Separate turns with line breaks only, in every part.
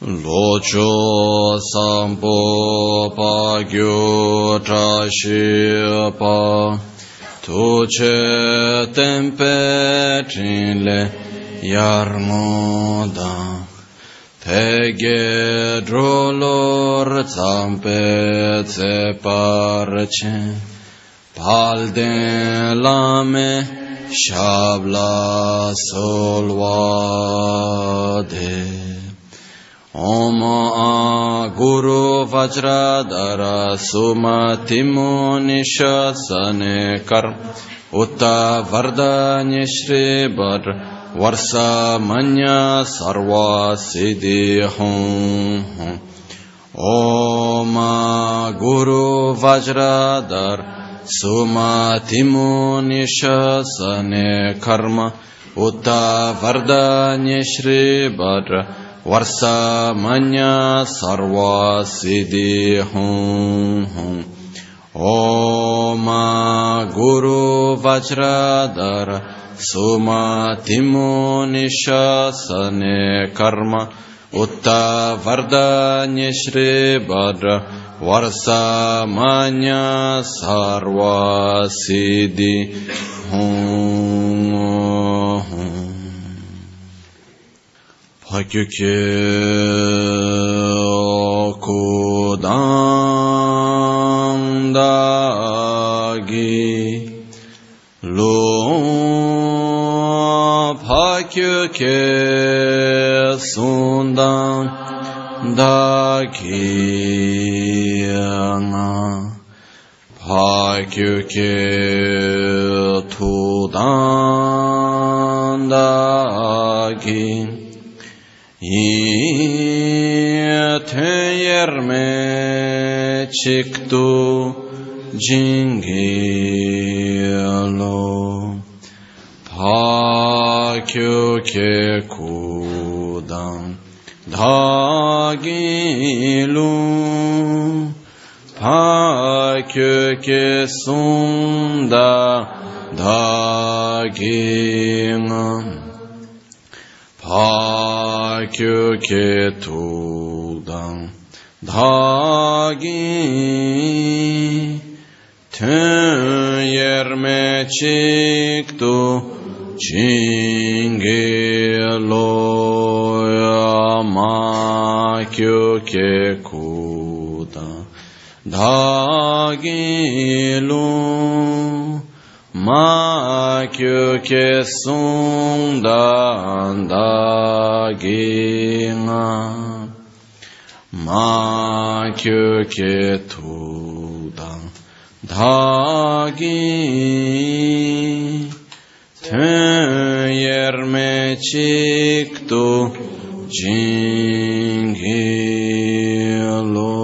Locho sampo pa gyo tra shi pa tuche tempe trinle yarmoda pege drolor zampe ze parche palde lame shabla solvade Om Guru Vajradhara Sumatimo Nishasane Kar Utta Vardanya Shri Badra Varsa Manya Sarva Siddhi Hum Om Guru Vajradhara Sumatimo Nishasane Karma Utta Vardanya Shri Badra Varsa Manya Sarva Siddhi Hum Om Guru Vajradhara Sumatimo Nishasane Karma Utta Vardanya Shri Badra Varsa Manya Sarva Siddhi Hum Pakyukye Kudam Dagi Lo Pakyukye Sundam Dagi Pakyukye Tudam Dagi Yerme Chiktu Jingelo Pakyukye Kudam Dhagilu Pakyukye Sunda Dhagingam Pakyukye Tudam Dhagi Yerme Chiktu Chingelo Yamakyukye Kudam Dhagilu Makyukye Sundam Dhaginga Makyukye Tudam Dhagi Yerme Chiktu Jingelo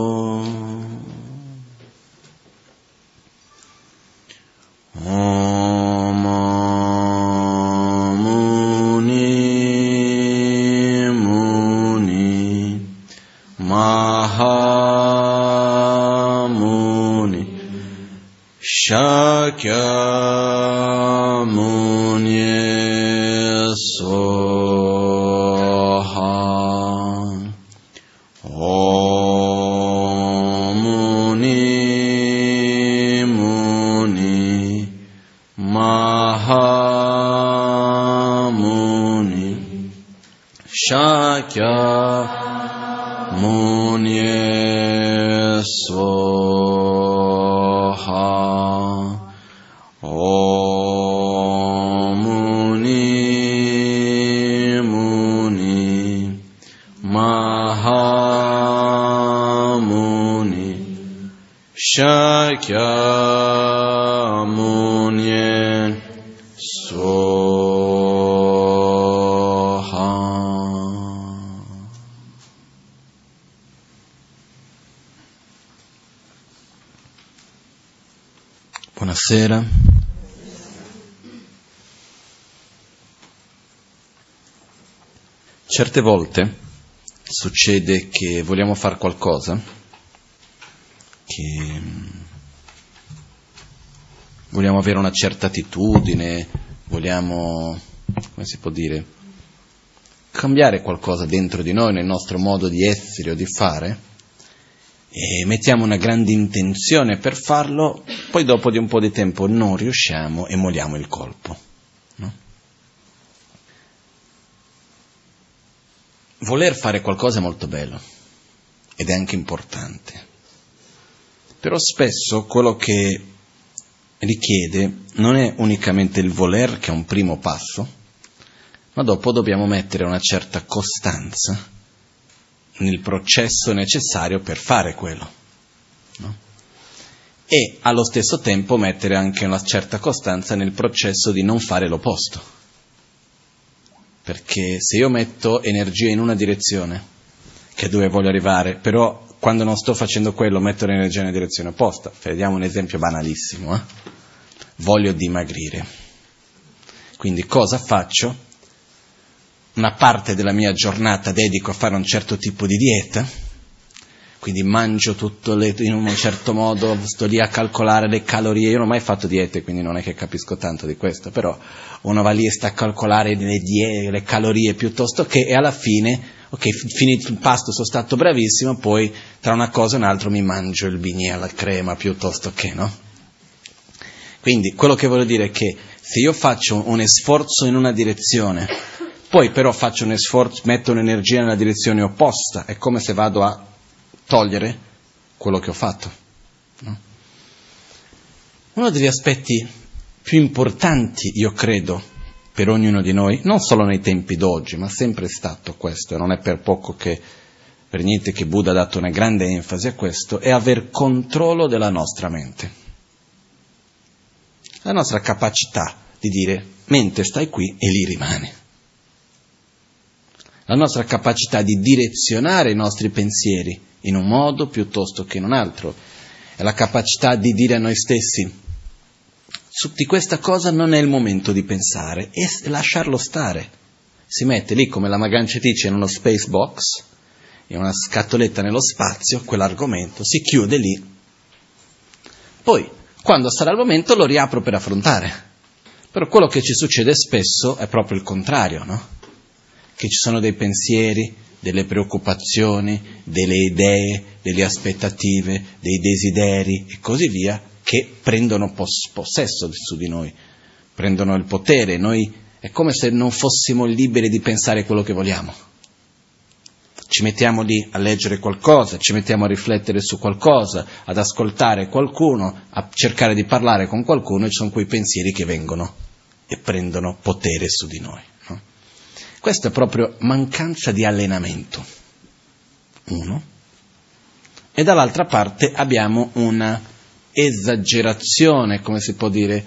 Mahamuni Shakyamuni Soha Om Muni Mahamuni Shakyamuni Soha Om Muni Mahamuni Shakyamuni Soha. Buonasera. Certe volte succede che vogliamo fare qualcosa, che vogliamo avere una certa attitudine, vogliamo, come si può dire, cambiare qualcosa dentro di noi, nel nostro modo di essere o di fare, e mettiamo una grande intenzione per farlo, poi dopo di un po' di tempo non riusciamo e molliamo il colpo, no? Voler fare qualcosa è molto bello ed è anche importante, però spesso quello che richiede non è unicamente il voler, che è un primo passo, ma dopo dobbiamo mettere una certa costanza nel processo necessario per fare quello, no? E allo stesso tempo mettere anche una certa costanza nel processo di non fare l'opposto, perché se io metto energia in una direzione, che è dove voglio arrivare, però quando non sto facendo quello metto l'energia nella direzione opposta. Vediamo un esempio banalissimo, voglio dimagrire, quindi cosa faccio? Una parte della mia giornata dedico a fare un certo tipo di dieta, quindi mangio tutto in un certo modo, sto lì a calcolare le calorie. Io non ho mai fatto diete, quindi non è che capisco tanto di questo, però uno va lì e sta a calcolare le calorie piuttosto che, e alla fine, ok, finito il pasto sono stato bravissimo, poi tra una cosa e un'altra mi mangio il bignè alla crema piuttosto che, no? Quindi quello che voglio dire è che se io faccio un sforzo in una direzione, poi però faccio un sforzo, metto un'energia nella direzione opposta, è come se vado a togliere quello che ho fatto, no? Uno degli aspetti più importanti, io credo, per ognuno di noi, non solo nei tempi d'oggi, ma sempre stato questo, e non è per poco che, per niente che Buddha ha dato una grande enfasi a questo, è aver controllo della nostra mente. La nostra capacità di dire, mente stai qui e lì rimane. La nostra capacità di direzionare i nostri pensieri in un modo piuttosto che in un altro. È la capacità di dire a noi stessi, di questa cosa non è il momento di pensare, e lasciarlo stare. Si mette lì come la Maganciatice in uno space box, in una scatoletta nello spazio, quell'argomento, si chiude lì. Poi, quando sarà il momento, lo riapro per affrontare. Però quello che ci succede spesso è proprio il contrario, no? Che ci sono dei pensieri, delle preoccupazioni, delle idee, delle aspettative, dei desideri e così via, che prendono possesso su di noi, prendono il potere. Noi è come se non fossimo liberi di pensare quello che vogliamo. Ci mettiamo lì a leggere qualcosa, ci mettiamo a riflettere su qualcosa, ad ascoltare qualcuno, a cercare di parlare con qualcuno, e ci sono quei pensieri che vengono e prendono potere su di noi. Questo è proprio mancanza di allenamento, uno, e dall'altra parte abbiamo una esagerazione, come si può dire,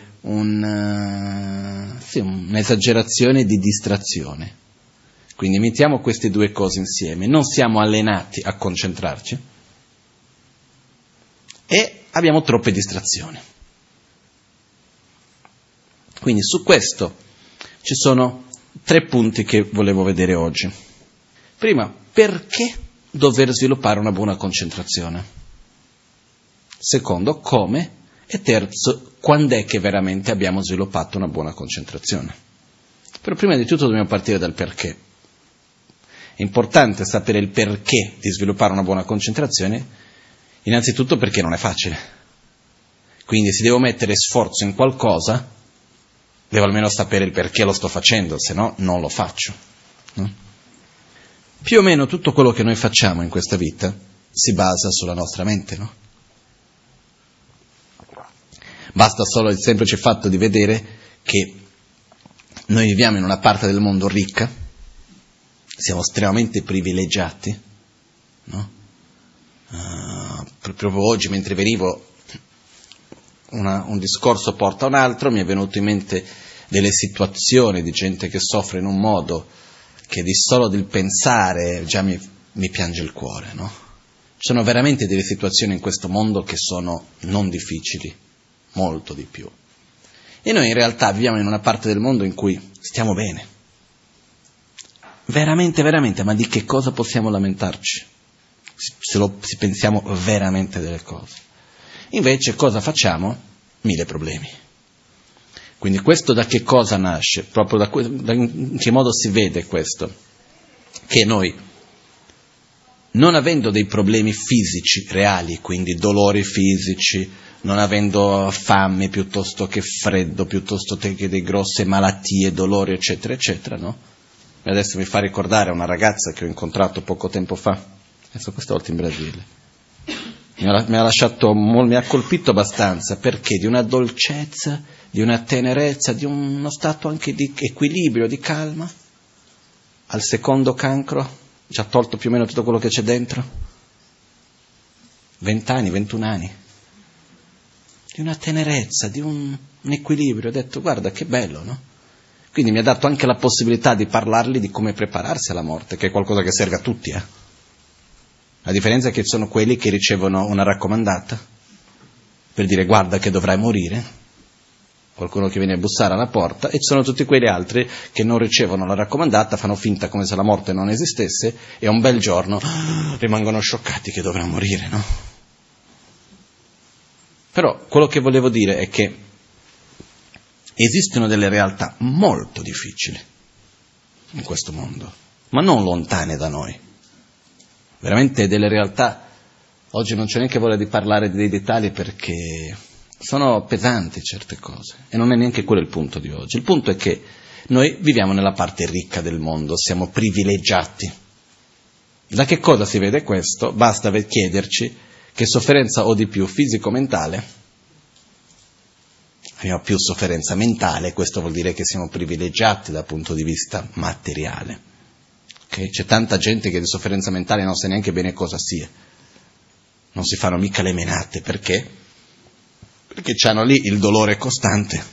un'esagerazione di distrazione. Quindi mettiamo queste due cose insieme, non siamo allenati a concentrarci e abbiamo troppe distrazioni. Quindi su questo ci sono 3 punti che volevo vedere oggi. Prima, perché dover sviluppare una buona concentrazione? Secondo, come? E terzo, quando è che veramente abbiamo sviluppato una buona concentrazione? Però prima di tutto dobbiamo partire dal perché. È importante sapere il perché di sviluppare una buona concentrazione, innanzitutto perché non è facile. Quindi se devo mettere sforzo in qualcosa, devo almeno sapere il perché lo sto facendo, se no non lo faccio, no? Più o meno tutto quello che noi facciamo in questa vita si basa sulla nostra mente, no? Basta solo il semplice fatto di vedere che noi viviamo in una parte del mondo ricca, siamo estremamente privilegiati, no? Proprio oggi, mentre venivo, un discorso porta a un altro, mi è venuto in mente delle situazioni di gente che soffre in un modo che di solo del pensare già mi piange il cuore, no? Ci sono veramente delle situazioni in questo mondo che sono non difficili, molto di più. E noi in realtà viviamo in una parte del mondo in cui stiamo bene. Veramente, veramente, ma di che cosa possiamo lamentarci? Se pensiamo veramente delle cose. Invece cosa facciamo? 1000 problemi. Quindi questo da che cosa nasce? Proprio in che modo si vede questo? che noi, non avendo dei problemi fisici reali, quindi dolori fisici, non avendo fame piuttosto che freddo, piuttosto che delle grosse malattie, dolori, eccetera, eccetera, no? E adesso mi fa ricordare una ragazza che ho incontrato poco tempo fa, adesso questa volta in Brasile. Mi ha colpito abbastanza, perché di una dolcezza, di una tenerezza, di uno stato anche di equilibrio, di calma, al secondo cancro, ci ha tolto più o meno tutto quello che c'è dentro, 20 anni, 21 anni, di una tenerezza, di un equilibrio. Ho detto, guarda che bello, no? Quindi mi ha dato anche la possibilità di parlargli di come prepararsi alla morte, che è qualcosa che serve a tutti, La differenza è che sono quelli che ricevono una raccomandata per dire guarda che dovrai morire, qualcuno che viene a bussare alla porta, e ci sono tutti quegli altri che non ricevono la raccomandata, fanno finta come se la morte non esistesse e un bel giorno rimangono scioccati che dovranno morire, no? Però quello che volevo dire è che esistono delle realtà molto difficili in questo mondo, ma non lontane da noi. Veramente delle realtà, oggi non c'è neanche voglia di parlare dei dettagli perché sono pesanti certe cose, e non è neanche quello il punto di oggi. Il punto è che noi viviamo nella parte ricca del mondo, siamo privilegiati. Da che cosa si vede questo? Basta chiederci che sofferenza ho di più, fisico-mentale. Abbiamo più sofferenza mentale, questo vuol dire che siamo privilegiati dal punto di vista materiale. Okay? C'è tanta gente che di sofferenza mentale non sa neanche bene cosa sia, non si fanno mica le menate, perché? Perché c'hanno lì il dolore costante.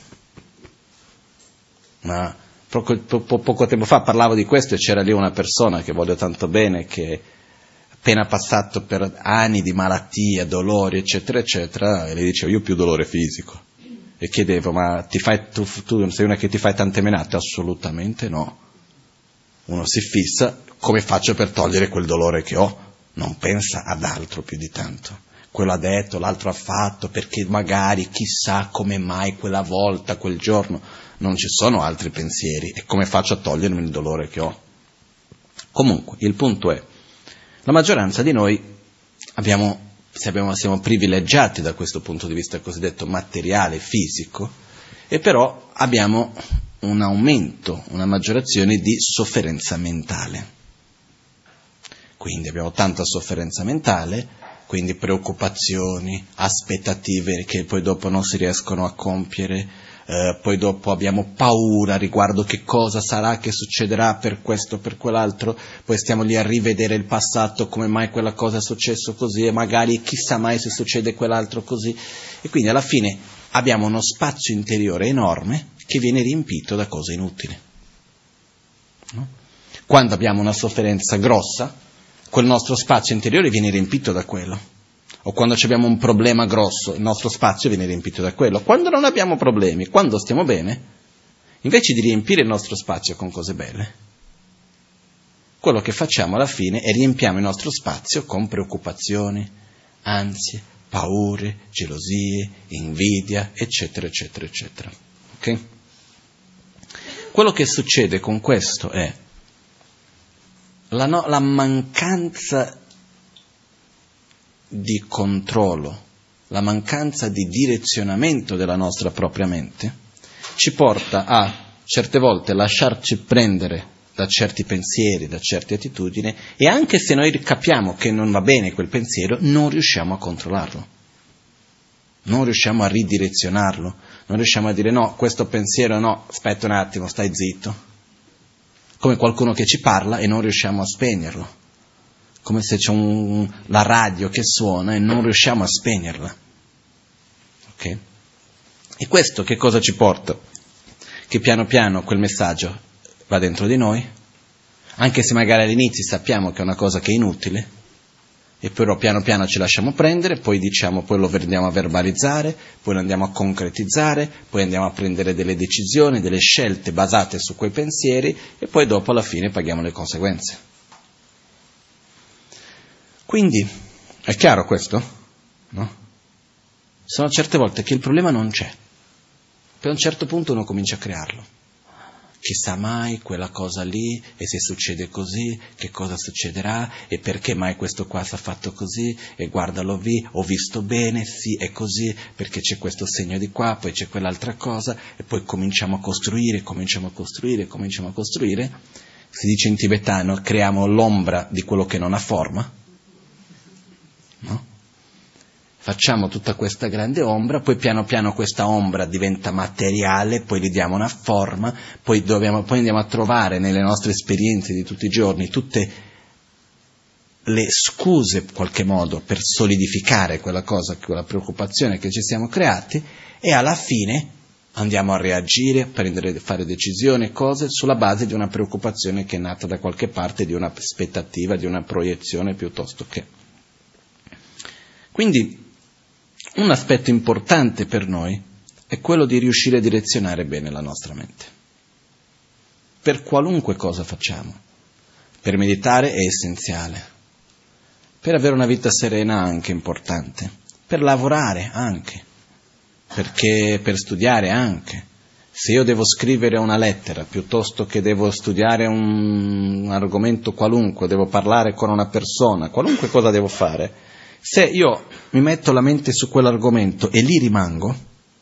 Ma poco tempo fa parlavo di questo e c'era lì una persona che voglio tanto bene, che appena passato per anni di malattia, dolori, eccetera, eccetera, e le dicevo, io ho più dolore fisico. E chiedevo, ma tu sei una che ti fai tante menate? Assolutamente no. Uno si fissa, come faccio per togliere quel dolore che ho? Non pensa ad altro più di tanto. Quello ha detto, l'altro ha fatto, perché magari, chissà come mai quella volta, quel giorno, non ci sono altri pensieri. E come faccio a togliermi il dolore che ho? Comunque, il punto è, la maggioranza di noi siamo privilegiati da questo punto di vista cosiddetto materiale, fisico, e però abbiamo un aumento, una maggiorazione di sofferenza mentale. Quindi abbiamo tanta sofferenza mentale, quindi preoccupazioni, aspettative che poi dopo non si riescono a compiere, poi dopo abbiamo paura riguardo che cosa sarà, che succederà per questo, per quell'altro, poi stiamo lì a rivedere il passato, come mai quella cosa è successo così, e magari chissà mai se succede quell'altro così, e quindi alla fine abbiamo uno spazio interiore enorme che viene riempito da cose inutili. No? Quando abbiamo una sofferenza grossa, quel nostro spazio interiore viene riempito da quello. O quando abbiamo un problema grosso, il nostro spazio viene riempito da quello. Quando non abbiamo problemi, quando stiamo bene, invece di riempire il nostro spazio con cose belle, quello che facciamo alla fine è riempiamo il nostro spazio con preoccupazioni, ansie, paure, gelosie, invidia, eccetera, eccetera, eccetera. Ok? Quello che succede con questo è la mancanza di controllo, la mancanza di direzionamento della nostra propria mente, ci porta a certe volte lasciarci prendere da certi pensieri, da certe attitudini, e anche se noi capiamo che non va bene quel pensiero, non riusciamo a controllarlo, non riusciamo a ridirezionarlo, non riusciamo a dire no, questo pensiero no, aspetta un attimo, stai zitto. Come qualcuno che ci parla e non riusciamo a spegnerlo, come se c'è la radio che suona e non riusciamo a spegnerla. Ok? E questo che cosa ci porta? Che piano piano quel messaggio va dentro di noi, anche se magari all'inizio sappiamo che è una cosa che è inutile, e però piano piano ci lasciamo prendere, poi poi lo andiamo a verbalizzare, poi lo andiamo a concretizzare, poi andiamo a prendere delle decisioni, delle scelte basate su quei pensieri, e poi dopo alla fine paghiamo le conseguenze. Quindi, è chiaro questo? No? Sono certe volte che il problema non c'è, per un certo punto uno comincia a crearlo. chissà mai quella cosa lì, e se succede così, che cosa succederà, e perché mai questo qua si è fatto così, e guardalo lì, ho visto bene, sì, è così, perché c'è questo segno di qua, poi c'è quell'altra cosa, e poi cominciamo a costruire, si dice in tibetano, creiamo l'ombra di quello che non ha forma, no? Facciamo tutta questa grande ombra, poi piano piano questa ombra diventa materiale, poi gli diamo una forma, poi andiamo a trovare nelle nostre esperienze di tutti i giorni tutte le scuse, in qualche modo, per solidificare quella cosa, quella preoccupazione che ci siamo creati, e alla fine andiamo a reagire, fare decisioni, cose, sulla base di una preoccupazione che è nata da qualche parte, di una aspettativa, di una proiezione piuttosto che. Quindi, un aspetto importante per noi è quello di riuscire a direzionare bene la nostra mente. Per qualunque cosa facciamo. Per meditare è essenziale. Per avere una vita serena anche importante. Per lavorare anche. Per studiare anche. Se io devo scrivere una lettera piuttosto che devo studiare un argomento qualunque, devo parlare con una persona, qualunque cosa devo fare, se io mi metto la mente su quell'argomento e lì rimango,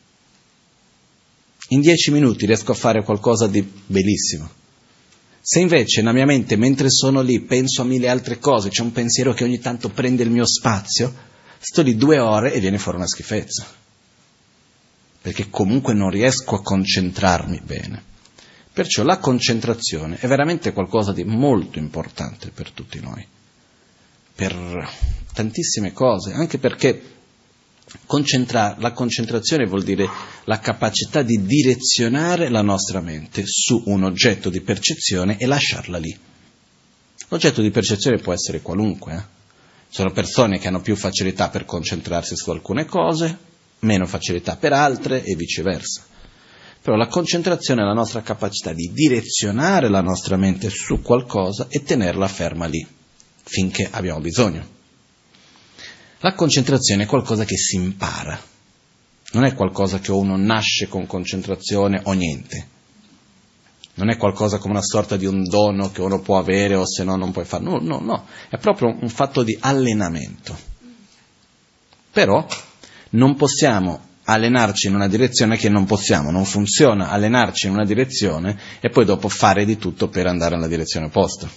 in 10 minuti riesco a fare qualcosa di bellissimo. Se invece nella mia mente, mentre sono lì, penso a 1000 altre cose, c'è un pensiero che ogni tanto prende il mio spazio, sto lì 2 ore e viene fuori una schifezza. Perché comunque non riesco a concentrarmi bene. Perciò la concentrazione è veramente qualcosa di molto importante per tutti noi. Per tantissime cose, anche perché la concentrazione vuol dire la capacità di direzionare la nostra mente su un oggetto di percezione e lasciarla lì. L'oggetto di percezione può essere qualunque. Sono persone che hanno più facilità per concentrarsi su alcune cose, meno facilità per altre e viceversa. Però la concentrazione è la nostra capacità di direzionare la nostra mente su qualcosa e tenerla ferma lì, finché abbiamo bisogno. La concentrazione è qualcosa che si impara, non è qualcosa che uno nasce con concentrazione o niente, non è qualcosa come una sorta di un dono che uno può avere o se no non puoi fare, no, è proprio un fatto di allenamento. Però non possiamo allenarci in una direzione che non funziona allenarci in una direzione e poi dopo fare di tutto per andare nella direzione opposta.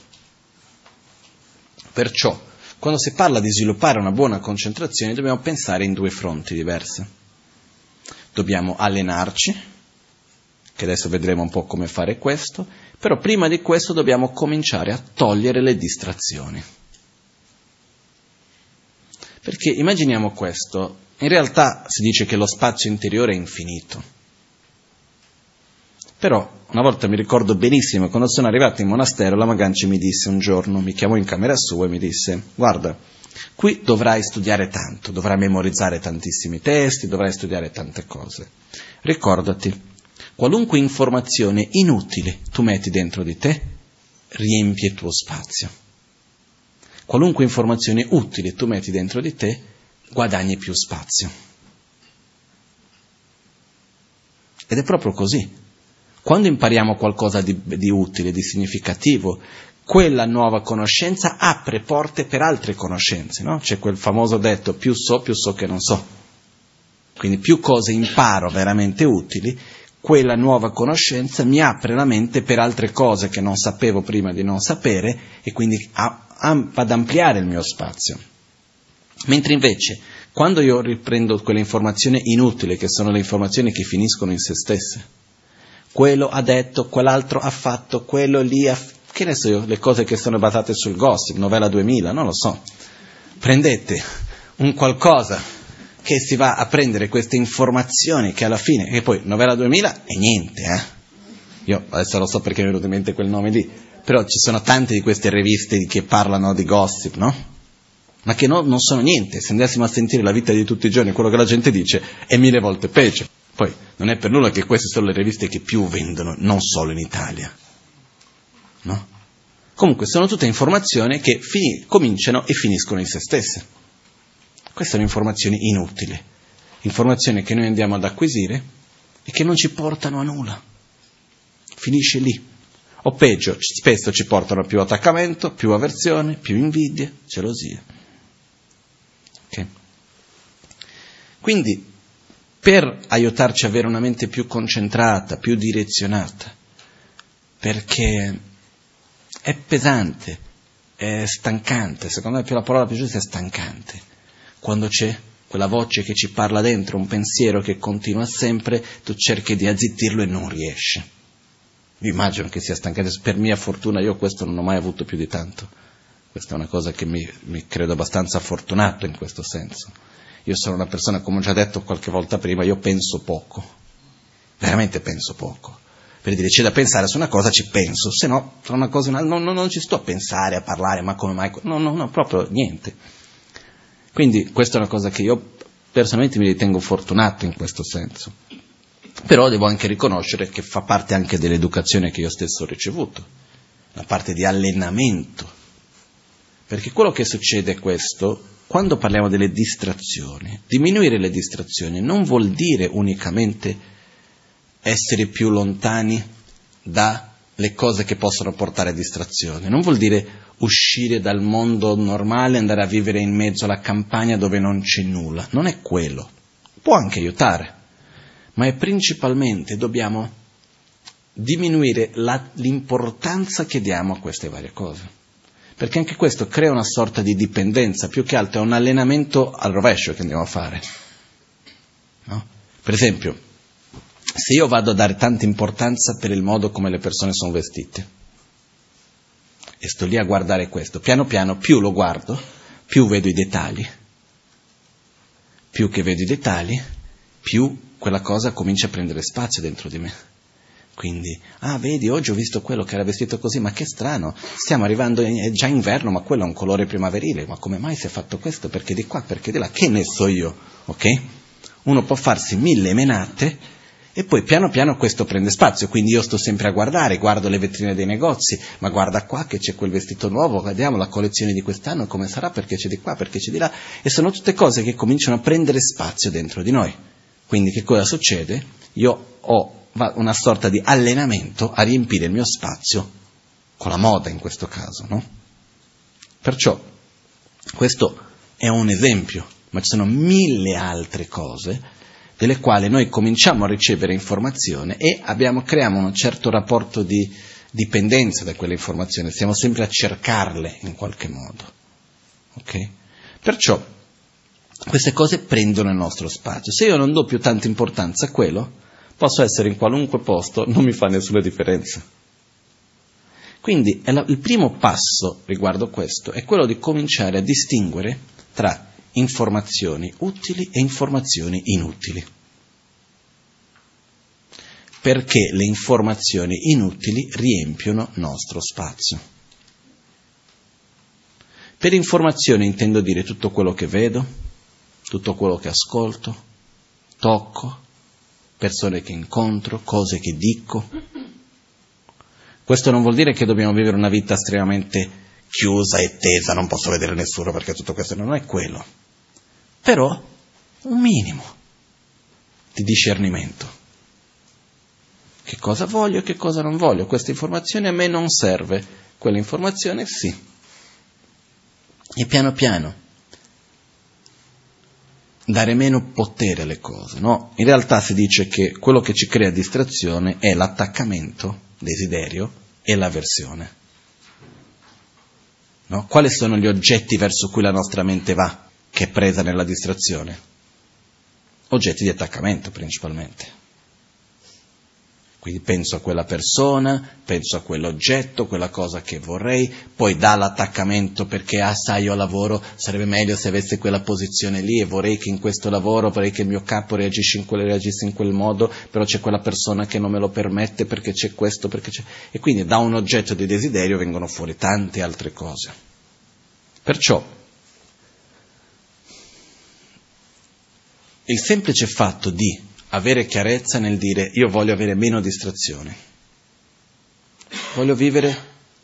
Perciò, quando si parla di sviluppare una buona concentrazione, dobbiamo pensare in 2 fronti diversi. Dobbiamo allenarci, che adesso vedremo un po' come fare questo, però prima di questo dobbiamo cominciare a togliere le distrazioni. Perché immaginiamo questo, in realtà si dice che lo spazio interiore è infinito. Però, una volta mi ricordo benissimo, quando sono arrivato in monastero, la Magancia mi disse un giorno, mi chiamò in camera sua e mi disse: guarda, qui dovrai studiare tanto, dovrai memorizzare tantissimi testi, dovrai studiare tante cose. Ricordati, qualunque informazione inutile tu metti dentro di te, riempie il tuo spazio. Qualunque informazione utile tu metti dentro di te, guadagni più spazio. Ed è proprio così. Quando impariamo qualcosa di utile, di significativo, quella nuova conoscenza apre porte per altre conoscenze, no? C'è quel famoso detto, più so che non so. Quindi più cose imparo veramente utili, quella nuova conoscenza mi apre la mente per altre cose che non sapevo prima di non sapere e quindi ad ampliare il mio spazio. Mentre invece, quando io riprendo quelle informazioni inutili, che sono le informazioni che finiscono in se stesse, quello ha detto, quell'altro ha fatto, quello lì che ne so io, le cose che sono basate sul gossip, Novella 2000, non lo so. Prendete un qualcosa che si va a prendere queste informazioni che alla fine, e poi Novella 2000 è niente, Io adesso lo so perché mi è venuto in mente quel nome lì, però ci sono tante di queste riviste che parlano di gossip, no? Ma che non sono niente. Se andassimo a sentire la vita di tutti i giorni, quello che la gente dice è 1000 volte peggio. Poi non è per nulla che queste sono le riviste che più vendono, non solo in Italia, no? Comunque sono tutte informazioni che cominciano e finiscono in se stesse. Queste sono informazioni inutili, informazioni che noi andiamo ad acquisire e che non ci portano a nulla. finisce lì. O peggio, spesso ci portano più attaccamento, più avversione, più invidia, gelosia. Okay. Quindi, per aiutarci ad avere una mente più concentrata, più direzionata, perché è pesante, è stancante, secondo me più la parola più giusta è stancante, quando c'è quella voce che ci parla dentro, un pensiero che continua sempre, tu cerchi di azzittirlo e non riesci. Vi immagino che sia stancante, per mia fortuna io questo non ho mai avuto più di tanto, questa è una cosa che mi credo abbastanza fortunato in questo senso. Io sono una persona, come ho già detto qualche volta prima, io penso poco, veramente penso poco. Per dire, c'è da pensare su una cosa, ci penso, se no, tra una cosa e un'altra, non ci sto a pensare, a parlare, ma come mai, no, proprio niente. Quindi questa è una cosa che io personalmente mi ritengo fortunato in questo senso. Però devo anche riconoscere che fa parte anche dell'educazione che io stesso ho ricevuto, la parte di allenamento. Perché quello che succede è questo, quando parliamo delle distrazioni, diminuire le distrazioni non vuol dire unicamente essere più lontani dalle cose che possono portare a distrazione, non vuol dire uscire dal mondo normale e andare a vivere in mezzo alla campagna dove non c'è nulla, non è quello, può anche aiutare, ma è principalmente dobbiamo diminuire l'importanza che diamo a queste varie cose. Perché anche questo crea una sorta di dipendenza, più che altro è un allenamento al rovescio che andiamo a fare. No? Per esempio, se io vado a dare tanta importanza per il modo come le persone sono vestite, e sto lì a guardare questo, piano piano più lo guardo, più vedo i dettagli. Più che vedo i dettagli, più quella cosa comincia a prendere spazio dentro di me. Quindi, vedi, oggi ho visto quello che era vestito così, ma che strano, stiamo arrivando, è già inverno, ma quello è un colore primaverile, ma come mai si è fatto questo? Perché di qua, perché di là, che ne so io, ok? Uno può farsi 1000 menate e poi piano piano questo prende spazio, quindi io sto sempre a guardare, guardo le vetrine dei negozi, ma guarda qua che c'è quel vestito nuovo, vediamo la collezione di quest'anno come sarà, perché c'è di qua, perché c'è di là, e sono tutte cose che cominciano a prendere spazio dentro di noi. Quindi che cosa succede? Io ho una sorta di allenamento a riempire il mio spazio con la moda in questo caso, no? Perciò questo è un esempio, ma ci sono 1000 altre cose delle quali noi cominciamo a ricevere informazione e creiamo un certo rapporto di dipendenza da quelle informazioni, stiamo sempre a cercarle in qualche modo, ok? Perciò queste cose prendono il nostro spazio. Se io non do più tanta importanza a quello, posso essere in qualunque posto, non mi fa nessuna differenza. Quindi il primo passo riguardo questo è quello di cominciare a distinguere tra informazioni utili e informazioni inutili. Perché le informazioni inutili riempiono nostro spazio. Per informazioni intendo dire tutto quello che vedo, tutto quello che ascolto, tocco, persone che incontro, cose che dico. Questo non vuol dire che dobbiamo vivere una vita estremamente chiusa e tesa, non posso vedere nessuno perché tutto questo non è quello. Però un minimo di discernimento. Che cosa voglio e che cosa non voglio. Questa informazione a me non serve, quell'informazione sì. E piano piano dare meno potere alle cose, no? In realtà si dice che quello che ci crea distrazione è l'attaccamento, desiderio, e l'avversione. No? Quali sono gli oggetti verso cui la nostra mente va, che è presa nella distrazione? Oggetti di attaccamento principalmente. Quindi penso a quella persona, penso a quell'oggetto, quella cosa che vorrei, poi dall'attaccamento perché, sai, io lavoro, sarebbe meglio se avessi quella posizione lì e vorrei che in questo lavoro, vorrei che il mio capo reagisse in quel modo, però c'è quella persona che non me lo permette perché c'è questo, perché c'è... E quindi da un oggetto di desiderio vengono fuori tante altre cose. Perciò, il semplice fatto di avere chiarezza nel dire io voglio avere meno distrazioni, voglio vivere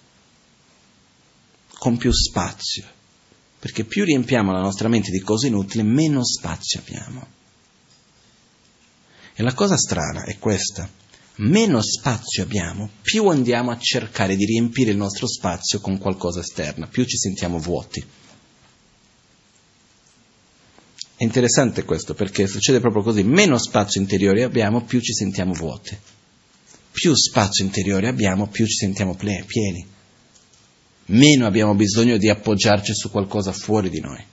con più spazio, perché più riempiamo la nostra mente di cose inutili, meno spazio abbiamo. E la cosa strana è questa, meno spazio abbiamo, più andiamo a cercare di riempire il nostro spazio con qualcosa esterno, più ci sentiamo vuoti. È interessante questo, perché succede proprio così: meno spazio interiore abbiamo, più ci sentiamo vuoti. Più spazio interiore abbiamo, più ci sentiamo pieni. Meno abbiamo bisogno di appoggiarci su qualcosa fuori di noi.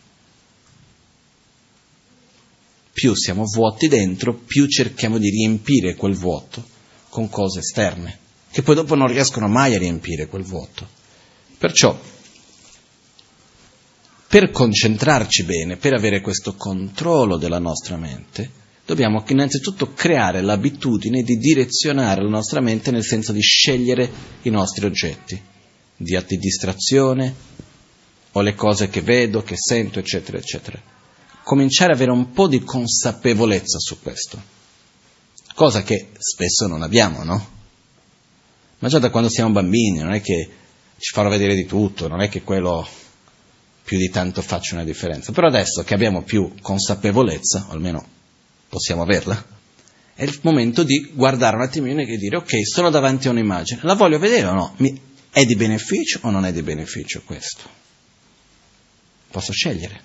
Più siamo vuoti dentro, più cerchiamo di riempire quel vuoto con cose esterne, che poi dopo non riescono mai a riempire quel vuoto. Perciò, per concentrarci bene, per avere questo controllo della nostra mente, dobbiamo innanzitutto creare l'abitudine di direzionare la nostra mente nel senso di scegliere i nostri oggetti, di distrazione, o le cose che vedo, che sento, eccetera, eccetera. Cominciare ad avere un po' di consapevolezza su questo, cosa che spesso non abbiamo, no? Ma già da quando siamo bambini non è che ci fanno vedere di tutto, non è che quello più di tanto faccia una differenza. Però adesso che abbiamo più consapevolezza, o almeno possiamo averla, è il momento di guardare un attimino e di dire: ok, sono davanti a un'immagine, la voglio vedere o no? È di beneficio o non è di beneficio questo? Posso scegliere,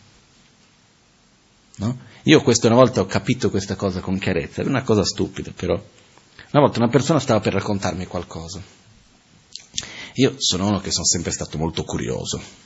no? Io una volta ho capito questa cosa con chiarezza, è una cosa stupida però. Una volta una persona stava per raccontarmi qualcosa. Io sono uno che sono sempre stato molto curioso.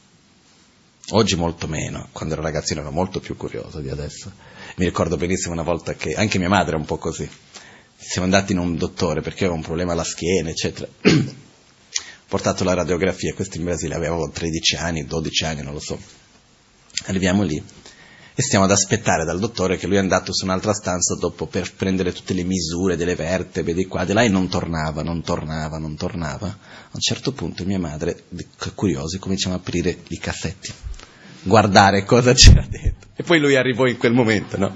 Oggi molto meno, quando ero ragazzino ero molto più curioso di adesso. Mi ricordo benissimo una volta che, anche mia madre è un po' così, siamo andati in un dottore perché avevo un problema alla schiena, eccetera. Ho portato la radiografia, questo in Brasile, avevo 13 anni, 12 anni, non lo so. Arriviamo lì e stiamo ad aspettare dal dottore, che lui è andato su un'altra stanza dopo per prendere tutte le misure delle vertebre, di qua, di là, e non tornava. A un certo punto mia madre, curiosi, cominciamo a aprire i cassetti, guardare cosa c'era dentro. E poi lui arrivò in quel momento, no?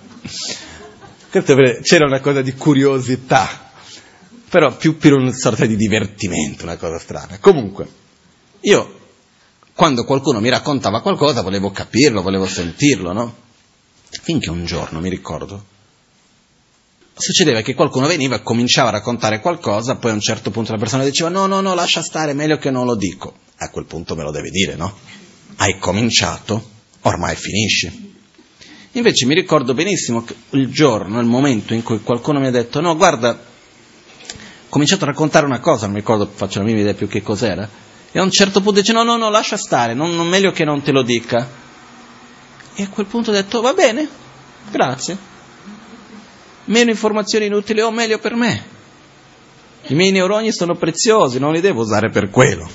C'era una cosa di curiosità, però più per una sorta di divertimento, una cosa strana. Comunque, io, quando qualcuno mi raccontava qualcosa, volevo capirlo, volevo sentirlo, no? Finché un giorno, mi ricordo, succedeva che qualcuno veniva e cominciava a raccontare qualcosa, poi a un certo punto la persona diceva: no, lascia stare, meglio che non lo dico. A quel punto me lo devi dire, no? Hai cominciato, ormai finisci. Invece mi ricordo benissimo che il momento in cui qualcuno mi ha detto: no, guarda, ho cominciato a raccontare una cosa, non mi ricordo, faccio la mia idea più che cos'era, e a un certo punto dice: no, lascia stare, non meglio che non te lo dica. E a quel punto ho detto: va bene, grazie. Meno informazioni inutili o meglio per me. I miei neuroni sono preziosi, non li devo usare per quello.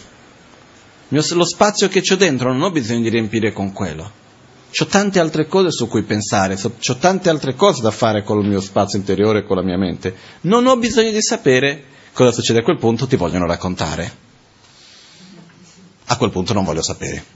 Lo spazio che c'ho dentro non ho bisogno di riempire con quello. C'ho tante altre cose su cui pensare, c'ho tante altre cose da fare con il mio spazio interiore e con la mia mente. Non ho bisogno di sapere cosa succede a quel punto, ti vogliono raccontare. A quel punto non voglio sapere.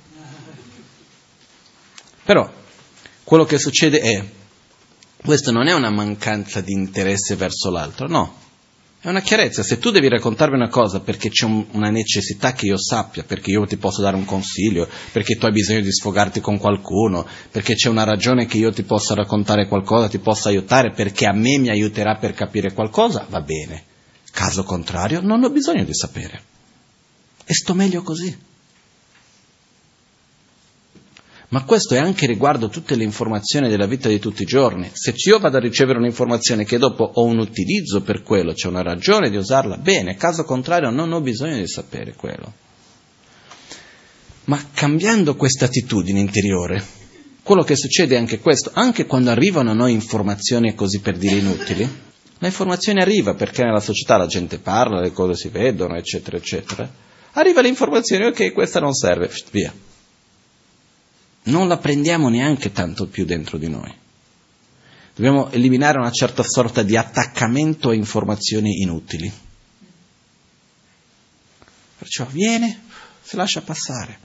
Però quello che succede è, questo non è una mancanza di interesse verso l'altro, no, è una chiarezza. Se tu devi raccontarmi una cosa perché c'è una necessità che io sappia, perché io ti posso dare un consiglio, perché tu hai bisogno di sfogarti con qualcuno, perché c'è una ragione che io ti possa raccontare qualcosa, ti possa aiutare, perché a me mi aiuterà per capire qualcosa, va bene. Caso contrario, non ho bisogno di sapere. E sto meglio così. Ma questo è anche riguardo tutte le informazioni della vita di tutti i giorni. Se io vado a ricevere un'informazione che dopo ho un utilizzo per quello, c'è una ragione di usarla, bene, caso contrario non ho bisogno di sapere quello. Ma cambiando questa attitudine interiore, quello che succede è anche questo: anche quando arrivano a noi informazioni così per dire inutili, la informazione arriva perché nella società la gente parla, le cose si vedono, eccetera, eccetera. Arriva l'informazione, ok, questa non serve, via. Non la prendiamo neanche tanto più dentro di noi. Dobbiamo eliminare una certa sorta di attaccamento a informazioni inutili. Perciò viene, si lascia passare.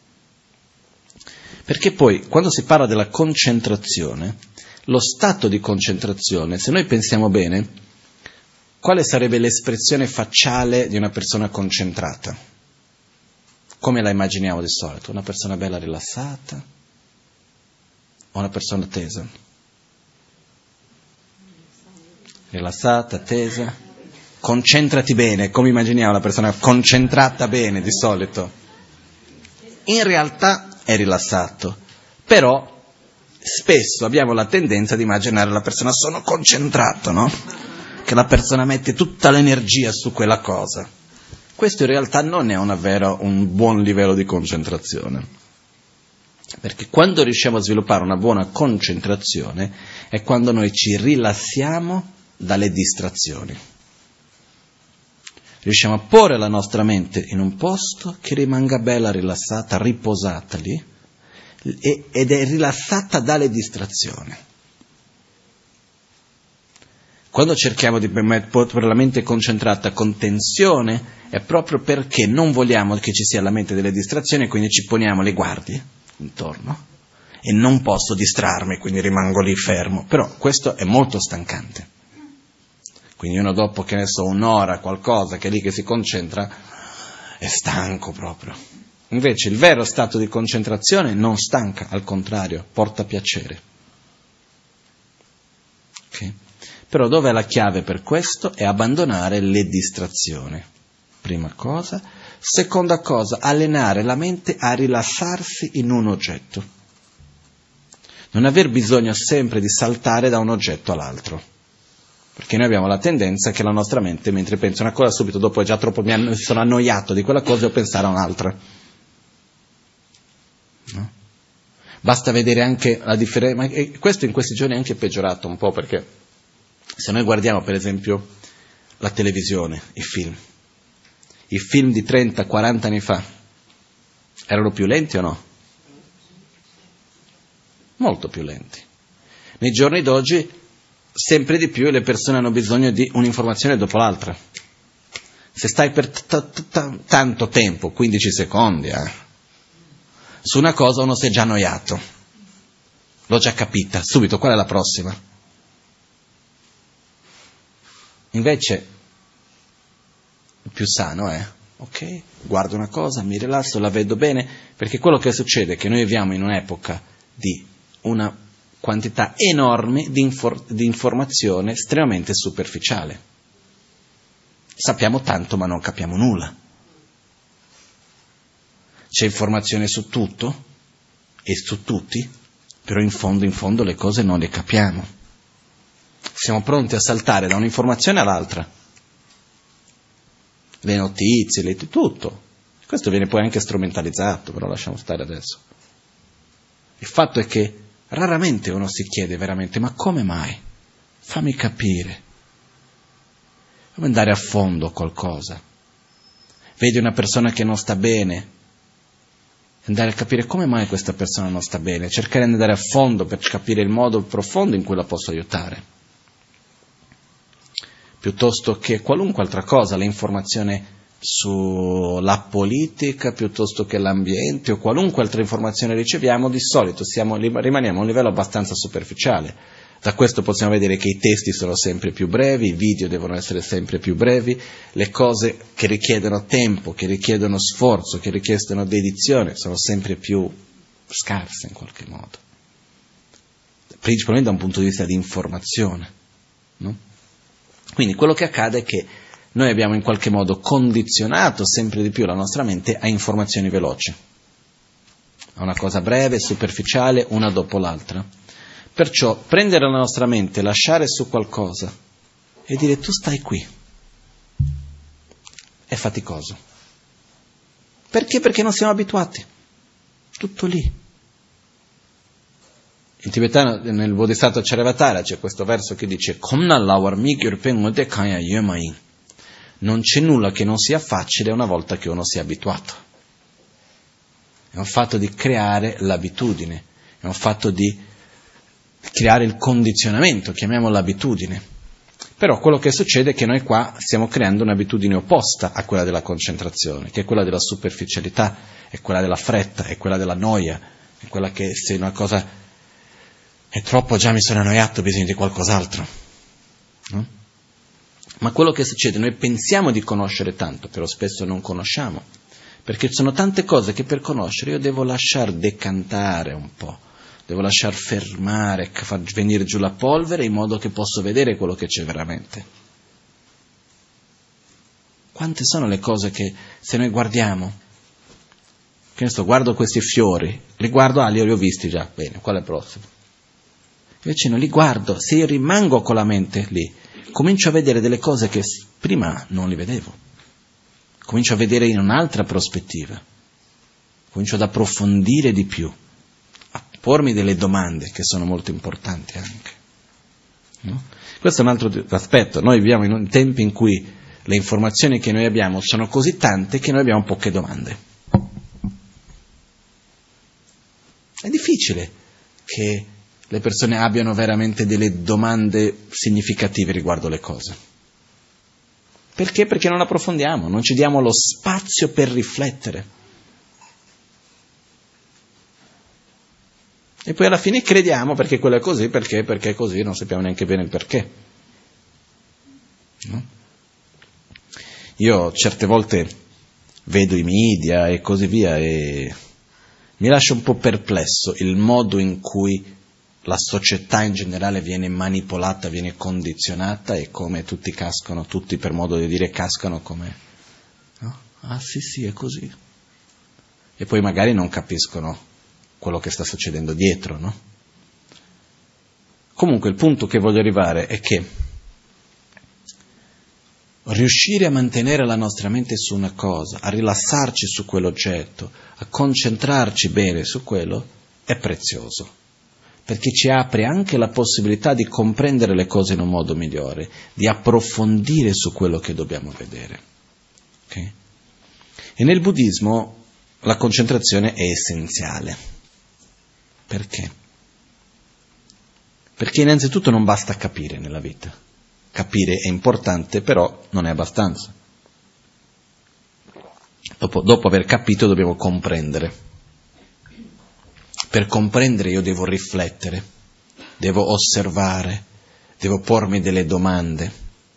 Perché poi, quando si parla della concentrazione, lo stato di concentrazione, se noi pensiamo bene, quale sarebbe l'espressione facciale di una persona concentrata? Come la immaginiamo di solito? Una persona bella rilassata o una persona tesa? Rilassata, tesa? concentrati bene, come immaginiamo la persona concentrata bene di solito. In realtà è rilassato, però spesso abbiamo la tendenza di immaginare la persona sono concentrato, no? Che la persona mette tutta l'energia su quella cosa. Questo in realtà non è un buon livello di concentrazione. Perché quando riusciamo a sviluppare una buona concentrazione è quando noi ci rilassiamo dalle distrazioni. Riusciamo a porre la nostra mente in un posto che rimanga bella, rilassata, riposata lì, ed è rilassata dalle distrazioni. Quando cerchiamo di porre la mente concentrata con tensione è proprio perché non vogliamo che ci sia la mente delle distrazioni e quindi ci poniamo le guardie intorno e non posso distrarmi, quindi rimango lì fermo. Però questo è molto stancante. Quindi uno dopo, che ne so, un'ora, qualcosa, che è lì che si concentra, è stanco proprio. Invece il vero stato di concentrazione non stanca, al contrario, porta piacere. Ok? Però dov'è la chiave per questo? È abbandonare le distrazioni. Prima cosa. Seconda cosa, allenare la mente a rilassarsi in un oggetto. Non aver bisogno sempre di saltare da un oggetto all'altro. Perché noi abbiamo la tendenza che la nostra mente, mentre pensa una cosa, subito dopo è già troppo, mi sono annoiato di quella cosa e devo pensare a un'altra. No? Basta vedere anche la differenza, ma questo in questi giorni è anche peggiorato un po', perché se noi guardiamo per esempio la televisione, i film di 30-40 anni fa erano più lenti o no? Molto più lenti. Nei giorni d'oggi sempre di più le persone hanno bisogno di un'informazione dopo l'altra. Se stai per tanto tempo, 15 secondi, su una cosa uno si è già annoiato. L'ho già capita, subito, qual è la prossima? Invece, il più sano è, ok, guardo una cosa, mi rilasso, la vedo bene, perché quello che succede è che noi viviamo in un'epoca di una quantità enorme di informazione estremamente superficiale. Sappiamo tanto ma non capiamo nulla. C'è informazione su tutto e su tutti, però in fondo le cose non le capiamo. Siamo pronti a saltare da un'informazione all'altra. Le notizie, tutto. Questo viene poi anche strumentalizzato, però lasciamo stare adesso. Il fatto è che raramente uno si chiede veramente, ma come mai? Fammi capire. Come andare a fondo a qualcosa. Vedi una persona che non sta bene, andare a capire come mai questa persona non sta bene, cercare di andare a fondo per capire il modo profondo in cui la posso aiutare. Piuttosto che qualunque altra cosa, l'informazione sulla politica, piuttosto che l'ambiente o qualunque altra informazione riceviamo, di solito rimaniamo a un livello abbastanza superficiale. Da questo possiamo vedere che i testi sono sempre più brevi, i video devono essere sempre più brevi, le cose che richiedono tempo, che richiedono sforzo, che richiedono dedizione, sono sempre più scarse in qualche modo. Principalmente da un punto di vista di informazione, no? Quindi quello che accade è che noi abbiamo in qualche modo condizionato sempre di più la nostra mente a informazioni veloci, a una cosa breve, superficiale, una dopo l'altra. Perciò prendere la nostra mente, lasciare su qualcosa e dire tu stai qui, è faticoso. Perché? Perché non siamo abituati. Tutto lì. In tibetano, nel Bodhisattva Charyavatara, c'è questo verso che dice non c'è nulla che non sia facile una volta che uno si è abituato. È un fatto di creare l'abitudine, è un fatto di creare il condizionamento, chiamiamolo l'abitudine. Però quello che succede è che noi qua stiamo creando un'abitudine opposta a quella della concentrazione, che è quella della superficialità, è quella della fretta, è quella della noia, è quella che se una cosa è troppo, già mi sono annoiato, bisogno di qualcos'altro. No? Ma quello che succede, noi pensiamo di conoscere tanto, però spesso non conosciamo, perché ci sono tante cose che per conoscere io devo lasciar decantare un po', devo lasciar fermare, far venire giù la polvere in modo che posso vedere quello che c'è veramente. Quante sono le cose che se noi guardiamo, che ne so, guardo questi fiori, li guardo, li ho visti già, bene, qual è il prossimo? Invece non li guardo, se io rimango con la mente lì, comincio a vedere delle cose che prima non li vedevo, comincio a vedere in un'altra prospettiva, comincio ad approfondire di più, a pormi delle domande che sono molto importanti anche. No? Questo è un altro aspetto, noi viviamo in tempi in cui le informazioni che noi abbiamo sono così tante che noi abbiamo poche domande. È difficile che le persone abbiano veramente delle domande significative riguardo le cose. Perché? Perché non approfondiamo, non ci diamo lo spazio per riflettere. E poi alla fine crediamo perché quello è così, perché è così, non sappiamo neanche bene il perché. No? Io certe volte vedo i media e così via e mi lascia un po' perplesso il modo in cui la società in generale viene manipolata, viene condizionata e come tutti cascano, tutti per modo di dire cascano come, no? Ah sì, è così. E poi magari non capiscono quello che sta succedendo dietro, no? Comunque il punto che voglio arrivare è che riuscire a mantenere la nostra mente su una cosa, a rilassarci su quell'oggetto, a concentrarci bene su quello, è prezioso, perché ci apre anche la possibilità di comprendere le cose in un modo migliore, di approfondire su quello che dobbiamo vedere. Okay? E nel buddismo la concentrazione è essenziale. Perché? Perché innanzitutto non basta capire nella vita. Capire è importante, però non è abbastanza. Dopo aver capito dobbiamo comprendere. Per comprendere io devo riflettere, devo osservare, devo pormi delle domande.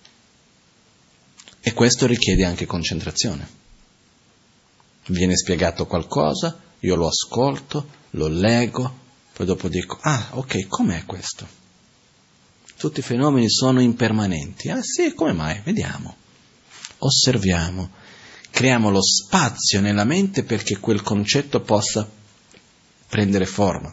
E questo richiede anche concentrazione. Viene spiegato qualcosa, io lo ascolto, lo leggo, poi dopo dico, ok, com'è questo? Tutti i fenomeni sono impermanenti. Ah sì, come mai? Vediamo. Osserviamo. Creiamo lo spazio nella mente perché quel concetto possa prendere forma.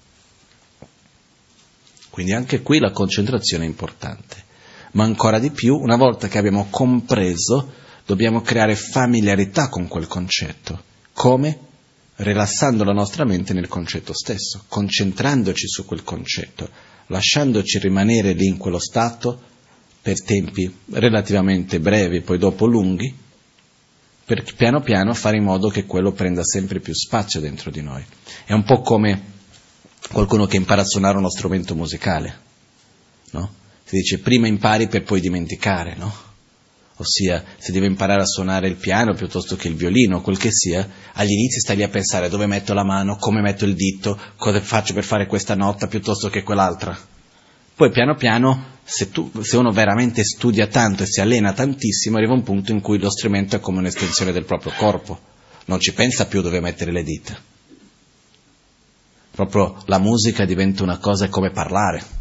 Quindi anche qui la concentrazione è importante. Ma ancora di più, una volta che abbiamo compreso, dobbiamo creare familiarità con quel concetto. Come? Rilassando la nostra mente nel concetto stesso, concentrandoci su quel concetto, lasciandoci rimanere lì in quello stato per tempi relativamente brevi, poi dopo lunghi, per piano piano fare in modo che quello prenda sempre più spazio dentro di noi. È un po' come qualcuno che impara a suonare uno strumento musicale, no? Si dice prima impari per poi dimenticare, no? Ossia, se devo imparare a suonare il piano piuttosto che il violino, quel che sia, agli inizi stai lì a pensare dove metto la mano, come metto il dito, cosa faccio per fare questa nota piuttosto che quell'altra. Poi piano piano, se uno veramente studia tanto e si allena tantissimo, arriva un punto in cui lo strumento è come un'estensione del proprio corpo, non ci pensa più dove mettere le dita. Proprio la musica diventa una cosa come parlare.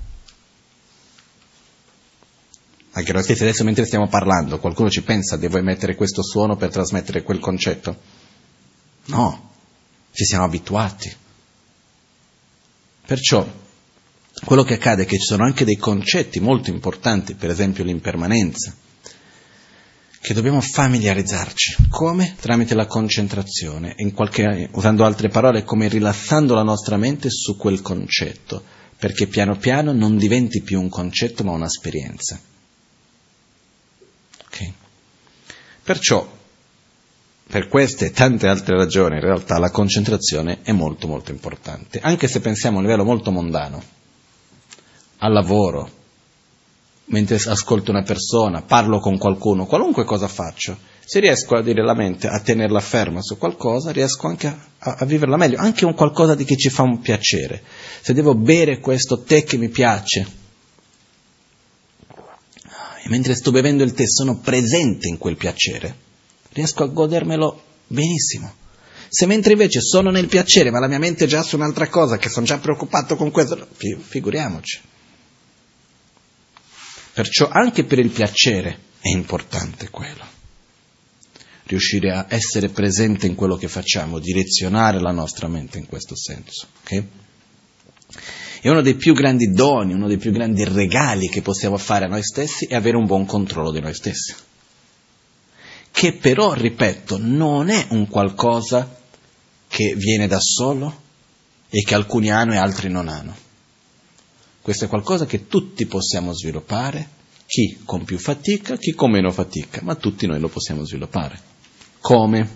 Anche noi stessi adesso mentre stiamo parlando, qualcuno ci pensa, devo emettere questo suono per trasmettere quel concetto? No, ci siamo abituati. Perciò, quello che accade è che ci sono anche dei concetti molto importanti, per esempio l'impermanenza, che dobbiamo familiarizzarci. Come? Tramite la concentrazione, usando altre parole, come rilassando la nostra mente su quel concetto, perché piano piano non diventi più un concetto ma un'esperienza. Okay. Perciò, per queste e tante altre ragioni, in realtà la concentrazione è molto molto importante, anche se pensiamo a un livello molto mondano, al lavoro, mentre ascolto una persona, parlo con qualcuno, qualunque cosa faccio, se riesco a dire la mente, a tenerla ferma su qualcosa, riesco anche a viverla meglio, anche un qualcosa di che ci fa un piacere. Se devo bere questo tè che mi piace, e mentre sto bevendo il tè sono presente in quel piacere, riesco a godermelo benissimo. Se mentre invece sono nel piacere, ma la mia mente è già su un'altra cosa, che sono già preoccupato con questo, figuriamoci. Perciò anche per il piacere è importante quello. riuscire a essere presente in quello che facciamo, direzionare la nostra mente in questo senso. Okay? E uno dei più grandi doni, uno dei più grandi regali che possiamo fare a noi stessi è avere un buon controllo di noi stessi. Che però, ripeto, non è un qualcosa che viene da solo e che alcuni hanno e altri non hanno. Questo è qualcosa che tutti possiamo sviluppare, chi con più fatica, chi con meno fatica, ma tutti noi lo possiamo sviluppare. Come?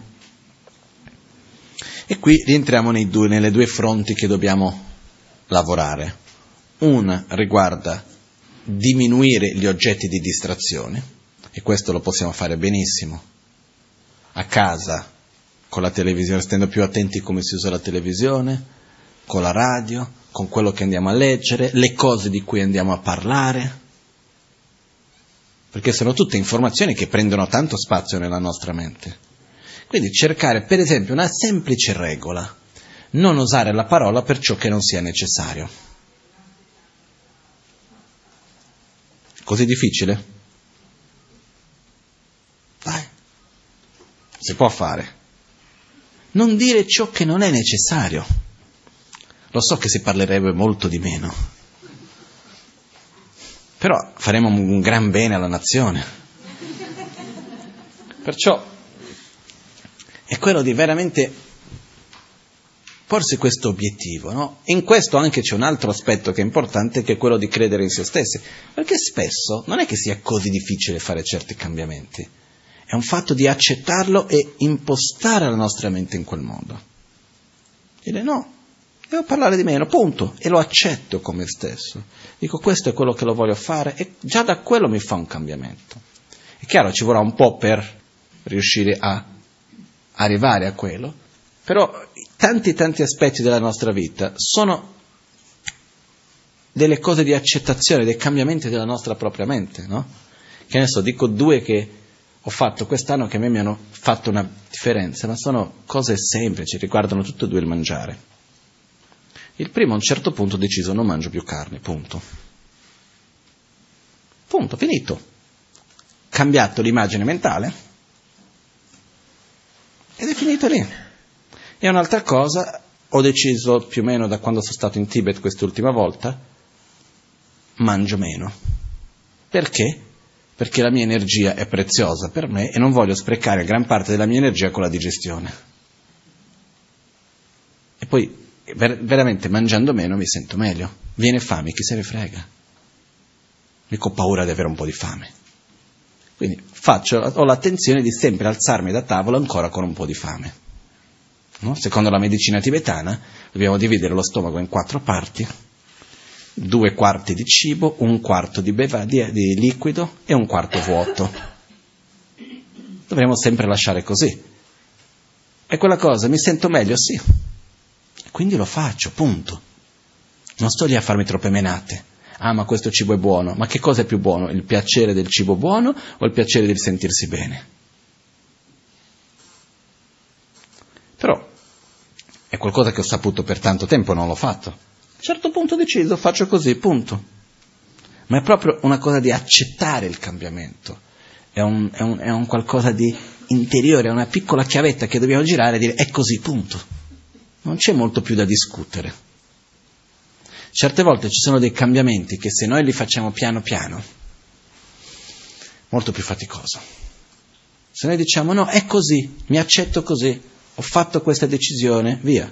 E qui rientriamo nelle due fronti che dobbiamo lavorare. Una riguarda diminuire gli oggetti di distrazione, e questo lo possiamo fare benissimo a casa, con la televisione, stando più attenti come si usa la televisione, con la radio, con quello che andiamo a leggere, le cose di cui andiamo a parlare, perché sono tutte informazioni che prendono tanto spazio nella nostra mente. Quindi cercare, per esempio, una semplice regola: non usare la parola per ciò che non sia necessario. Così difficile? Dai, si può fare. Non dire ciò che non è necessario. Lo so che si parlerebbe molto di meno, però faremo un gran bene alla nazione. Perciò è quello di veramente porsi questo obiettivo, no? In questo anche c'è un altro aspetto che è importante, che è quello di credere in se stessi, perché spesso non è che sia così difficile fare certi cambiamenti, è un fatto di accettarlo e impostare la nostra mente in quel modo. Dire no, devo parlare di meno, punto, e lo accetto come stesso. Dico, questo è quello che lo voglio fare, e già da quello mi fa un cambiamento. È chiaro, ci vorrà un po' per riuscire a arrivare a quello, però tanti aspetti della nostra vita sono delle cose di accettazione, dei cambiamenti della nostra propria mente, no? Che ne so, dico due che ho fatto quest'anno che a me mi hanno fatto una differenza, ma sono cose semplici, riguardano tutte e due il mangiare. Il primo, a un certo punto, ho deciso: non mangio più carne, punto. Punto, finito. Cambiato l'immagine mentale ed è finito lì. E un'altra cosa, ho deciso più o meno da quando sono stato in Tibet quest'ultima volta, mangio meno. Perché? Perché la mia energia è preziosa per me e non voglio sprecare gran parte della mia energia con la digestione. E poi veramente mangiando meno mi sento meglio. Viene fame, chi se ne frega. Mica ho paura di avere un po' di fame. Quindi ho l'attenzione di sempre alzarmi da tavola ancora con un po' di fame. No? Secondo la medicina tibetana dobbiamo dividere lo stomaco in 4 parti: 2 quarti di cibo, 1 quarto di liquido e 1 quarto vuoto. Dovremmo sempre lasciare così. E quella cosa, mi sento meglio? Sì. Quindi lo faccio, punto. Non sto lì a farmi troppe menate. Ah, ma questo cibo è buono. Ma che cosa è più buono? Il piacere del cibo buono o il piacere di sentirsi bene? Però è qualcosa che ho saputo per tanto tempo, non l'ho fatto. A un certo punto ho deciso, faccio così, punto. Ma è proprio una cosa di accettare il cambiamento. È un qualcosa di interiore, è una piccola chiavetta che dobbiamo girare e dire: è così, punto. Non c'è molto più da discutere. Certe volte ci sono dei cambiamenti che se noi li facciamo piano piano, molto più faticoso. Se noi diciamo: no, è così, mi accetto così, ho fatto questa decisione, via.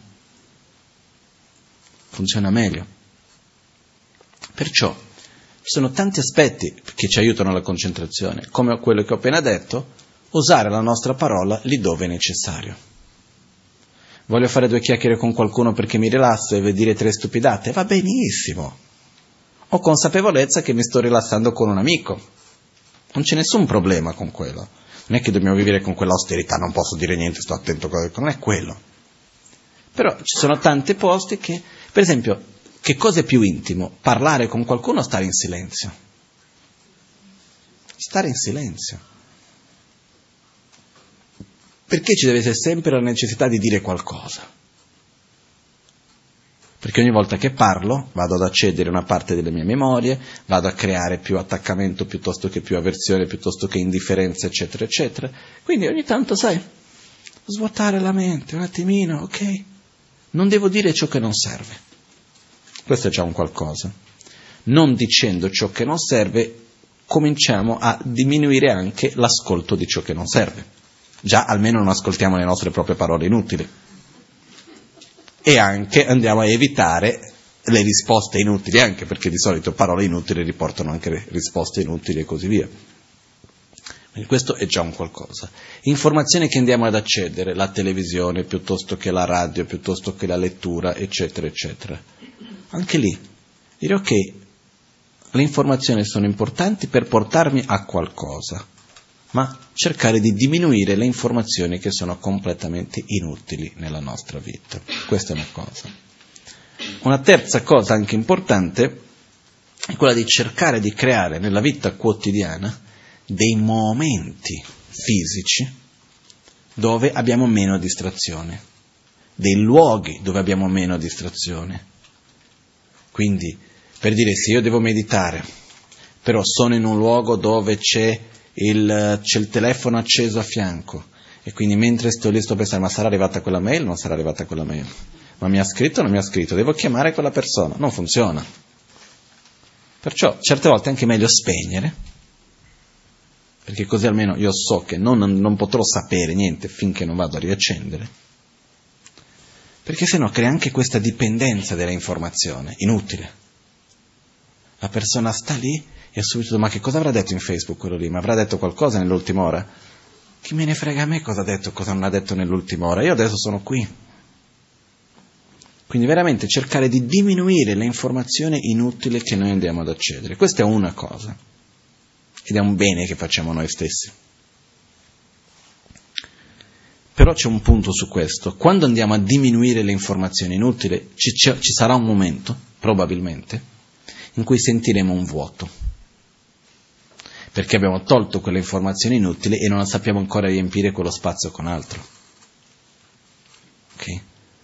Funziona meglio. Perciò ci sono tanti aspetti che ci aiutano alla concentrazione, come quello che ho appena detto: usare la nostra parola lì dove è necessario. Voglio fare 2 chiacchiere con qualcuno perché mi rilasso e dire 3 stupidate? Va benissimo. Ho consapevolezza che mi sto rilassando con un amico. Non c'è nessun problema con quello. Non è che dobbiamo vivere con quella austerità, non posso dire niente, sto attento a cosa, non è quello. Però ci sono tanti posti che, per esempio, che cosa è più intimo? Parlare con qualcuno o stare in silenzio? Stare in silenzio. Perché ci deve essere sempre la necessità di dire qualcosa? Perché ogni volta che parlo vado ad accedere a una parte delle mie memorie, vado a creare più attaccamento piuttosto che più avversione, piuttosto che indifferenza, eccetera, eccetera. Quindi ogni tanto, sai, svuotare la mente un attimino, ok? Non devo dire ciò che non serve. Questo è già un qualcosa. Non dicendo ciò che non serve, cominciamo a diminuire anche l'ascolto di ciò che non serve. Già almeno non ascoltiamo le nostre proprie parole inutili. E anche andiamo a evitare le risposte inutili, anche perché di solito parole inutili riportano anche risposte inutili e così via. Quindi questo è già un qualcosa. Informazioni che andiamo ad accedere, la televisione, piuttosto che la radio, piuttosto che la lettura, eccetera, eccetera. Anche lì, dire ok, le informazioni sono importanti per portarmi a qualcosa, ma cercare di diminuire le informazioni che sono completamente inutili nella nostra vita. Questa è una cosa. Una terza cosa anche importante è quella di cercare di creare nella vita quotidiana dei momenti fisici dove abbiamo meno distrazione, dei luoghi dove abbiamo meno distrazione. Quindi, per dire, se io devo meditare, però sono in un luogo dove c'è il telefono acceso a fianco, e quindi mentre sto lì sto pensando, ma sarà arrivata quella mail? Non sarà arrivata quella mail. Ma mi ha scritto o non mi ha scritto? Devo chiamare quella persona? Non funziona. Perciò certe volte è anche meglio spegnere, perché così almeno io so che non potrò sapere niente finché non vado a riaccendere, perché sennò crea anche questa dipendenza dell'informazione, inutile. La persona sta lì e subito, ma che cosa avrà detto in Facebook quello lì? Ma avrà detto qualcosa nell'ultima ora? Chi me ne frega a me cosa ha detto e cosa non ha detto nell'ultima ora? Io adesso sono qui. Quindi veramente cercare di diminuire le informazioni inutili che noi andiamo ad accedere. Questa è una cosa, ed è un bene che facciamo noi stessi. Però c'è un punto su questo. Quando andiamo a diminuire le informazioni inutili, ci sarà un momento, probabilmente, in cui sentiremo un vuoto, perché abbiamo tolto quelle informazioni inutili e non sappiamo ancora riempire quello spazio con altro. Ok?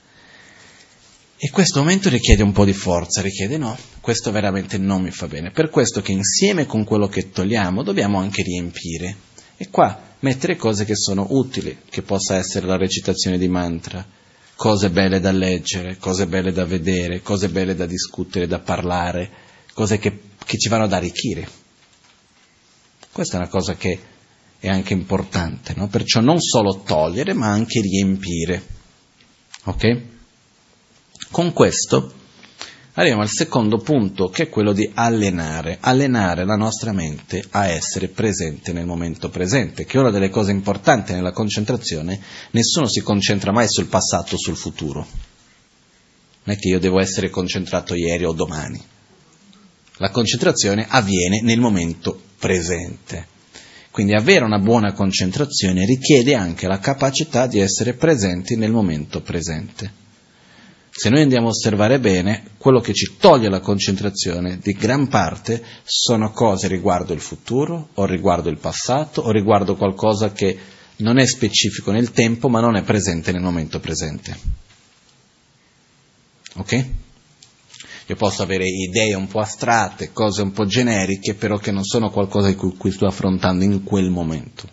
E questo momento richiede un po' di forza, richiede no, questo veramente non mi fa bene. Per questo che insieme con quello che togliamo dobbiamo anche riempire. E qua mettere cose che sono utili, che possa essere la recitazione di mantra, cose belle da leggere, cose belle da vedere, cose belle da discutere, da parlare, cose che ci vanno ad arricchire. Questa è una cosa che è anche importante, no? Perciò non solo togliere, ma anche riempire. Ok? Con questo arriviamo al secondo punto, che è quello di allenare la nostra mente a essere presente nel momento presente, che è una delle cose importanti nella concentrazione. Nessuno si concentra mai sul passato o sul futuro. Non è che io devo essere concentrato ieri o domani. La concentrazione avviene nel momento presente. Quindi avere una buona concentrazione richiede anche la capacità di essere presenti nel momento presente. Se noi andiamo a osservare bene, quello che ci toglie la concentrazione di gran parte sono cose riguardo il futuro, o riguardo il passato, o riguardo qualcosa che non è specifico nel tempo, ma non è presente nel momento presente. Ok? Io posso avere idee un po' astratte, cose un po' generiche, però che non sono qualcosa di cui sto affrontando in quel momento.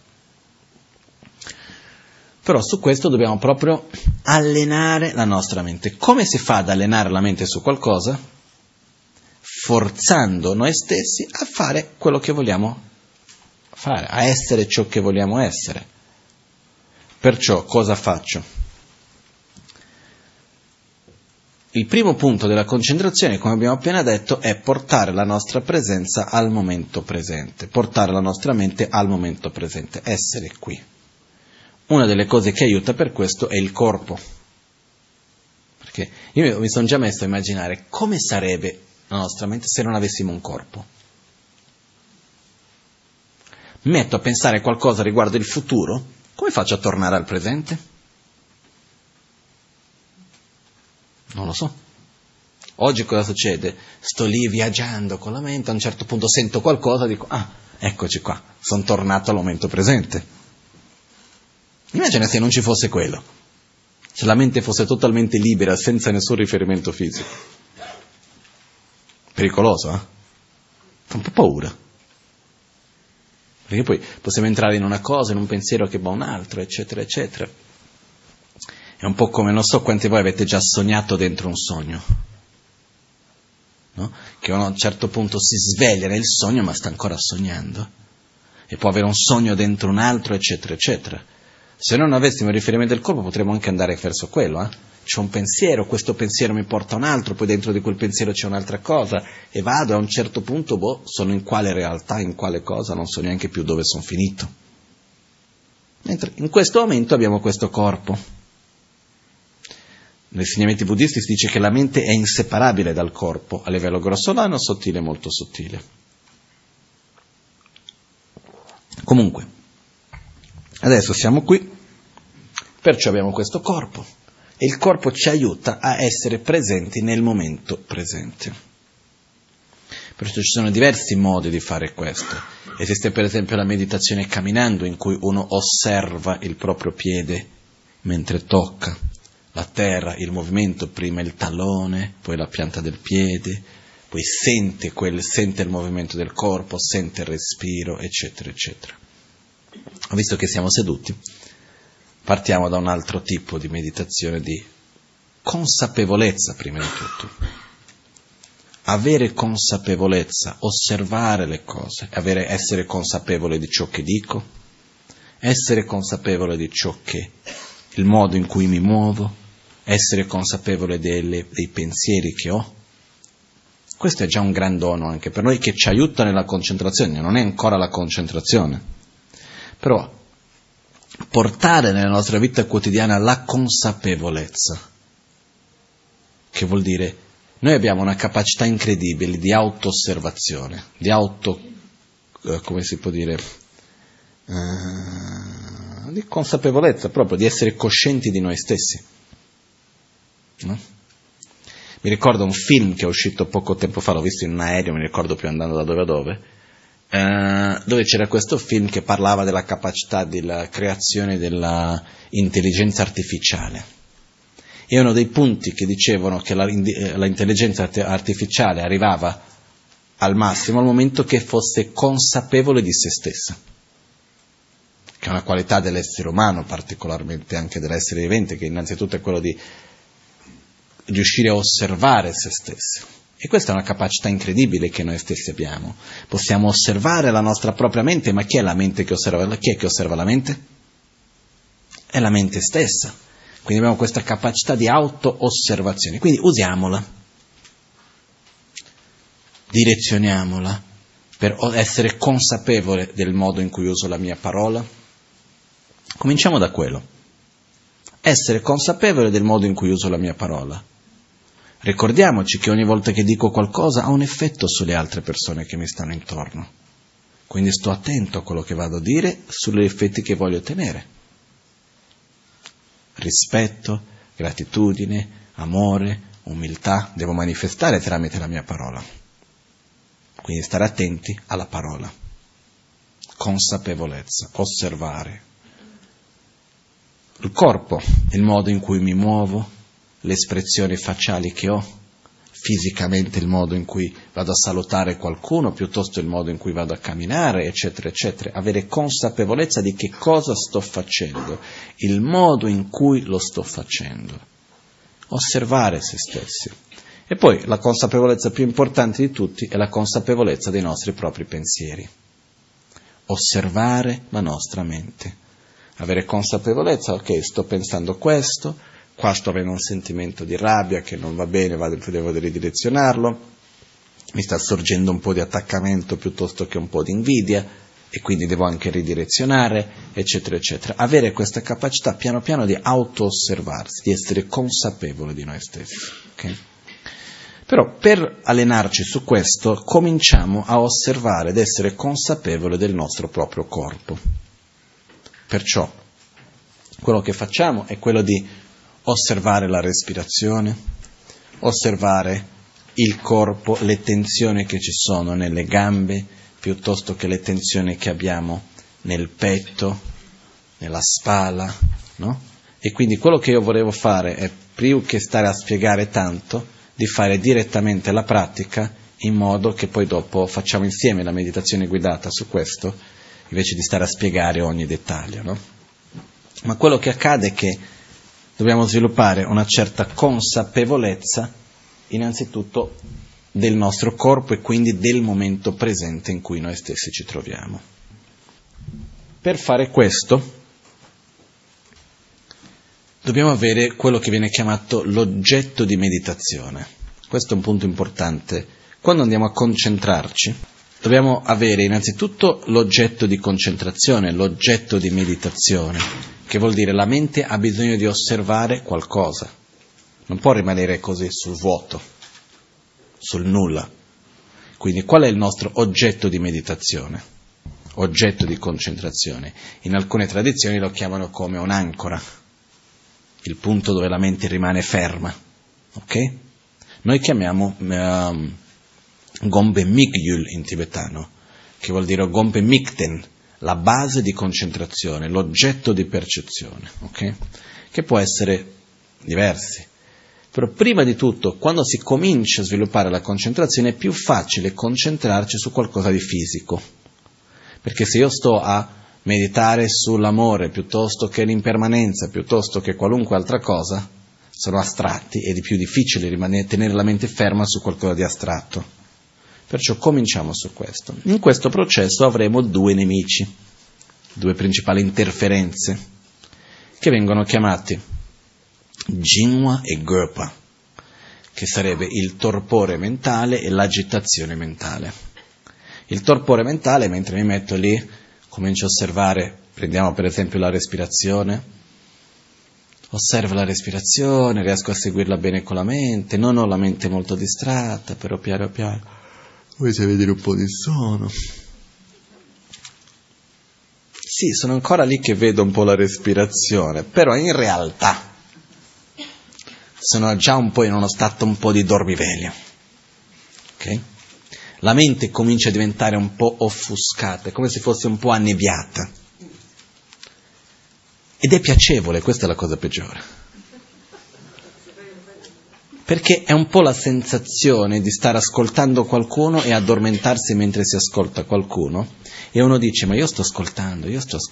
Però su questo dobbiamo proprio allenare la nostra mente. Come si fa ad allenare la mente su qualcosa? Forzando noi stessi a fare quello che vogliamo fare, a essere ciò che vogliamo essere. Perciò cosa faccio? Il primo punto della concentrazione, come abbiamo appena detto, è portare la nostra presenza al momento presente, portare la nostra mente al momento presente, essere qui. Una delle cose che aiuta per questo è il corpo, perché io mi sono già messo a immaginare come sarebbe la nostra mente se non avessimo un corpo. Mi metto a pensare qualcosa riguardo il futuro, come faccio a tornare al presente? Non lo so. Oggi cosa succede? Sto lì viaggiando con la mente, a un certo punto sento qualcosa, dico, eccoci qua, sono tornato al momento presente. Immagina se non ci fosse quello. Se la mente fosse totalmente libera, senza nessun riferimento fisico. Pericoloso, eh? Fa un po' paura. Perché poi possiamo entrare in una cosa, in un pensiero che va a un altro, eccetera, eccetera. È un po' come, non so quanti di voi avete già sognato dentro un sogno, no? Che uno a un certo punto si sveglia nel sogno ma sta ancora sognando. E può avere un sogno dentro un altro, eccetera, eccetera. Se non avessimo il riferimento del corpo potremmo anche andare verso quello, C'è un pensiero, questo pensiero mi porta a un altro, poi dentro di quel pensiero c'è un'altra cosa, e vado a un certo punto, sono in quale realtà, in quale cosa, non so neanche più dove sono finito. Mentre in questo momento abbiamo questo corpo. Negli insegnamenti buddisti si dice che la mente è inseparabile dal corpo, a livello grossolano, sottile, molto sottile. Comunque, adesso siamo qui, perciò abbiamo questo corpo, e il corpo ci aiuta a essere presenti nel momento presente. Perciò ci sono diversi modi di fare questo. Esiste per esempio la meditazione camminando, in cui uno osserva il proprio piede mentre tocca la terra, il movimento, prima il tallone, poi la pianta del piede, poi sente il movimento del corpo, sente il respiro, eccetera, eccetera. Visto che siamo seduti, partiamo da un altro tipo di meditazione di consapevolezza, prima di tutto. Avere consapevolezza, osservare le cose, essere consapevole di ciò che dico, essere consapevole di ciò che, il modo in cui mi muovo, essere consapevole dei pensieri che ho. Questo è già un gran dono anche per noi, che ci aiuta nella concentrazione. Non è ancora la concentrazione, però portare nella nostra vita quotidiana la consapevolezza, che vuol dire noi abbiamo una capacità incredibile di auto-osservazione, di come si può dire, di consapevolezza proprio, di essere coscienti di noi stessi, no? Mi ricordo un film che è uscito poco tempo fa, l'ho visto in un aereo, mi ricordo più andando da dove a dove c'era questo film che parlava della capacità della creazione della intelligenza artificiale. E uno dei punti che dicevano che l'intelligenza artificiale arrivava al massimo al momento che fosse consapevole di se stessa, che è una qualità dell'essere umano, particolarmente anche dell'essere vivente, che innanzitutto è quello di riuscire a osservare se stessi. E questa è una capacità incredibile che noi stessi abbiamo. Possiamo osservare la nostra propria mente, ma chi è la mente che osserva? Chi è che osserva la mente? È la mente stessa. Quindi abbiamo questa capacità di auto-osservazione. Quindi usiamola, direzioniamola per essere consapevole del modo in cui uso la mia parola. Cominciamo da quello. Essere consapevole del modo in cui uso la mia parola. Ricordiamoci che ogni volta che dico qualcosa ha un effetto sulle altre persone che mi stanno intorno. Quindi sto attento a quello che vado a dire, sugli effetti che voglio ottenere. Rispetto, gratitudine, amore, umiltà devo manifestare tramite la mia parola. Quindi stare attenti alla parola. Consapevolezza, osservare. Il corpo, il modo in cui mi muovo, le espressioni facciali che ho, fisicamente il modo in cui vado a salutare qualcuno, piuttosto il modo in cui vado a camminare, eccetera, eccetera. Avere consapevolezza di che cosa sto facendo, il modo in cui lo sto facendo. Osservare se stessi. E poi la consapevolezza più importante di tutti è la consapevolezza dei nostri propri pensieri. Osservare la nostra mente. Avere consapevolezza, ok, sto pensando questo, qua sto avendo un sentimento di rabbia che non va bene, devo ridirezionarlo, mi sta sorgendo un po' di attaccamento piuttosto che un po' di invidia e quindi devo anche ridirezionare, eccetera, eccetera. Avere questa capacità piano piano di auto-osservarsi, di essere consapevole di noi stessi. Okay? Però per allenarci su questo cominciamo a osservare ed essere consapevole del nostro proprio corpo. Perciò quello che facciamo è quello di osservare la respirazione, osservare il corpo, le tensioni che ci sono nelle gambe, piuttosto che le tensioni che abbiamo nel petto, nella spalla, no? E quindi quello che io volevo fare è, più che stare a spiegare tanto, di fare direttamente la pratica, in modo che poi dopo facciamo insieme la meditazione guidata su questo, invece di stare a spiegare ogni dettaglio, no? Ma quello che accade è che dobbiamo sviluppare una certa consapevolezza, innanzitutto, del nostro corpo e quindi del momento presente in cui noi stessi ci troviamo. Per fare questo dobbiamo avere quello che viene chiamato l'oggetto di meditazione. Questo è un punto importante. Quando andiamo a concentrarci, dobbiamo avere innanzitutto l'oggetto di concentrazione, l'oggetto di meditazione, che vuol dire la mente ha bisogno di osservare qualcosa. Non può rimanere così sul vuoto, sul nulla. Quindi qual è il nostro oggetto di meditazione? Oggetto di concentrazione. In alcune tradizioni lo chiamano come un'ancora, il punto dove la mente rimane ferma. Ok? Noi chiamiamo Gombe Migyul in tibetano, che vuol dire Gombe Mikten, la base di concentrazione, l'oggetto di percezione, ok? Che può essere diversi. Però prima di tutto, quando si comincia a sviluppare la concentrazione, è più facile concentrarci su qualcosa di fisico. Perché se io sto a meditare sull'amore, piuttosto che l'impermanenza, piuttosto che qualunque altra cosa, sono astratti, è di più difficile tenere la mente ferma su qualcosa di astratto. Perciò cominciamo su questo. In questo processo avremo due nemici, due principali interferenze, che vengono chiamati Jinwa e Gerpa, che sarebbe il torpore mentale e l'agitazione mentale. Il torpore mentale, mentre mi metto lì, comincio a osservare, prendiamo per esempio la respirazione, osservo la respirazione, riesco a seguirla bene con la mente, non ho la mente molto distratta, però piano piano comincio a vedere un po' di sonno. Sì, sono ancora lì che vedo un po' la respirazione, però in realtà sono già un po' in uno stato un po' di dormiveglia. Ok? La mente comincia a diventare un po' offuscata, è come se fosse un po' annebbiata. Ed è piacevole, questa è la cosa peggiore. Perché è un po' la sensazione di stare ascoltando qualcuno e addormentarsi mentre si ascolta qualcuno, e uno dice, ma io sto ascoltando,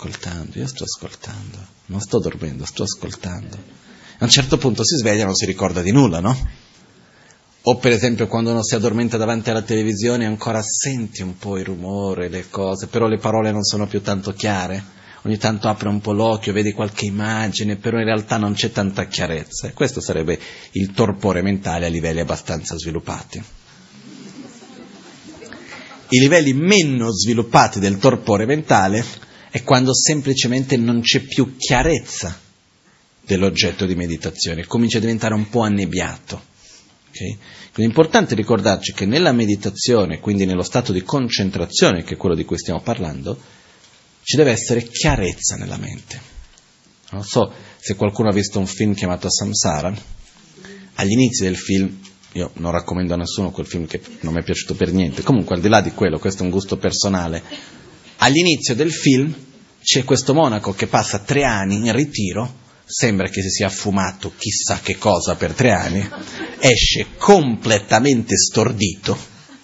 non sto dormendo, sto ascoltando. A un certo punto si sveglia e non si ricorda di nulla, no? O per esempio quando uno si addormenta davanti alla televisione ancora senti un po' il rumore, le cose, però le parole non sono più tanto chiare. Ogni tanto apre un po' l'occhio, vedi qualche immagine, però in realtà non c'è tanta chiarezza. E questo sarebbe il torpore mentale a livelli abbastanza sviluppati. I livelli meno sviluppati del torpore mentale è quando semplicemente non c'è più chiarezza dell'oggetto di meditazione, comincia a diventare un po' annebbiato. Okay? Quindi è importante ricordarci che nella meditazione, quindi nello stato di concentrazione, che è quello di cui stiamo parlando, ci deve essere chiarezza nella mente. Non so se qualcuno ha visto un film chiamato Samsara. Agli inizi del film, io non raccomando a nessuno quel film che non mi è piaciuto per niente, comunque al di là di quello, questo è un gusto personale, all'inizio del film c'è questo monaco che passa 3 anni in ritiro, sembra che si sia fumato chissà che cosa per 3 anni, esce completamente stordito.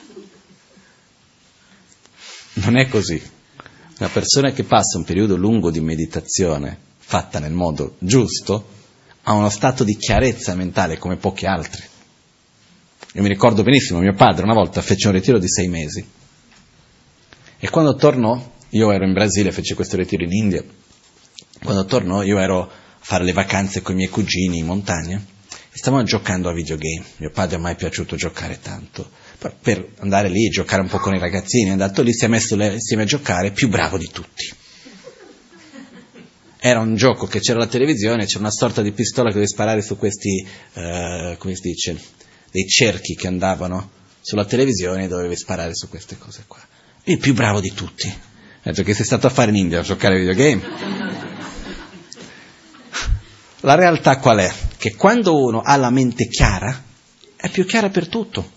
Non è così. Una persona che passa un periodo lungo di meditazione, fatta nel modo giusto, ha uno stato di chiarezza mentale come pochi altri. Io mi ricordo benissimo, mio padre una volta fece un ritiro di 6 mesi. E quando tornò, io ero in Brasile, fece questo ritiro in India, quando tornò io ero a fare le vacanze con i miei cugini in montagna, e stavamo giocando a videogame. Mio padre è mai piaciuto giocare tanto. Per andare lì e giocare un po' con i ragazzini, è andato lì, si è messo insieme a giocare, più bravo di tutti. Era un gioco che c'era alla televisione, c'era una sorta di pistola che doveva sparare su questi, come si dice, dei cerchi che andavano sulla televisione e dovevi sparare su queste cose qua. Il più bravo di tutti. Ha detto che sei stato a fare in India a giocare ai videogame. La realtà qual è? Che quando uno ha la mente chiara, è più chiara per tutto.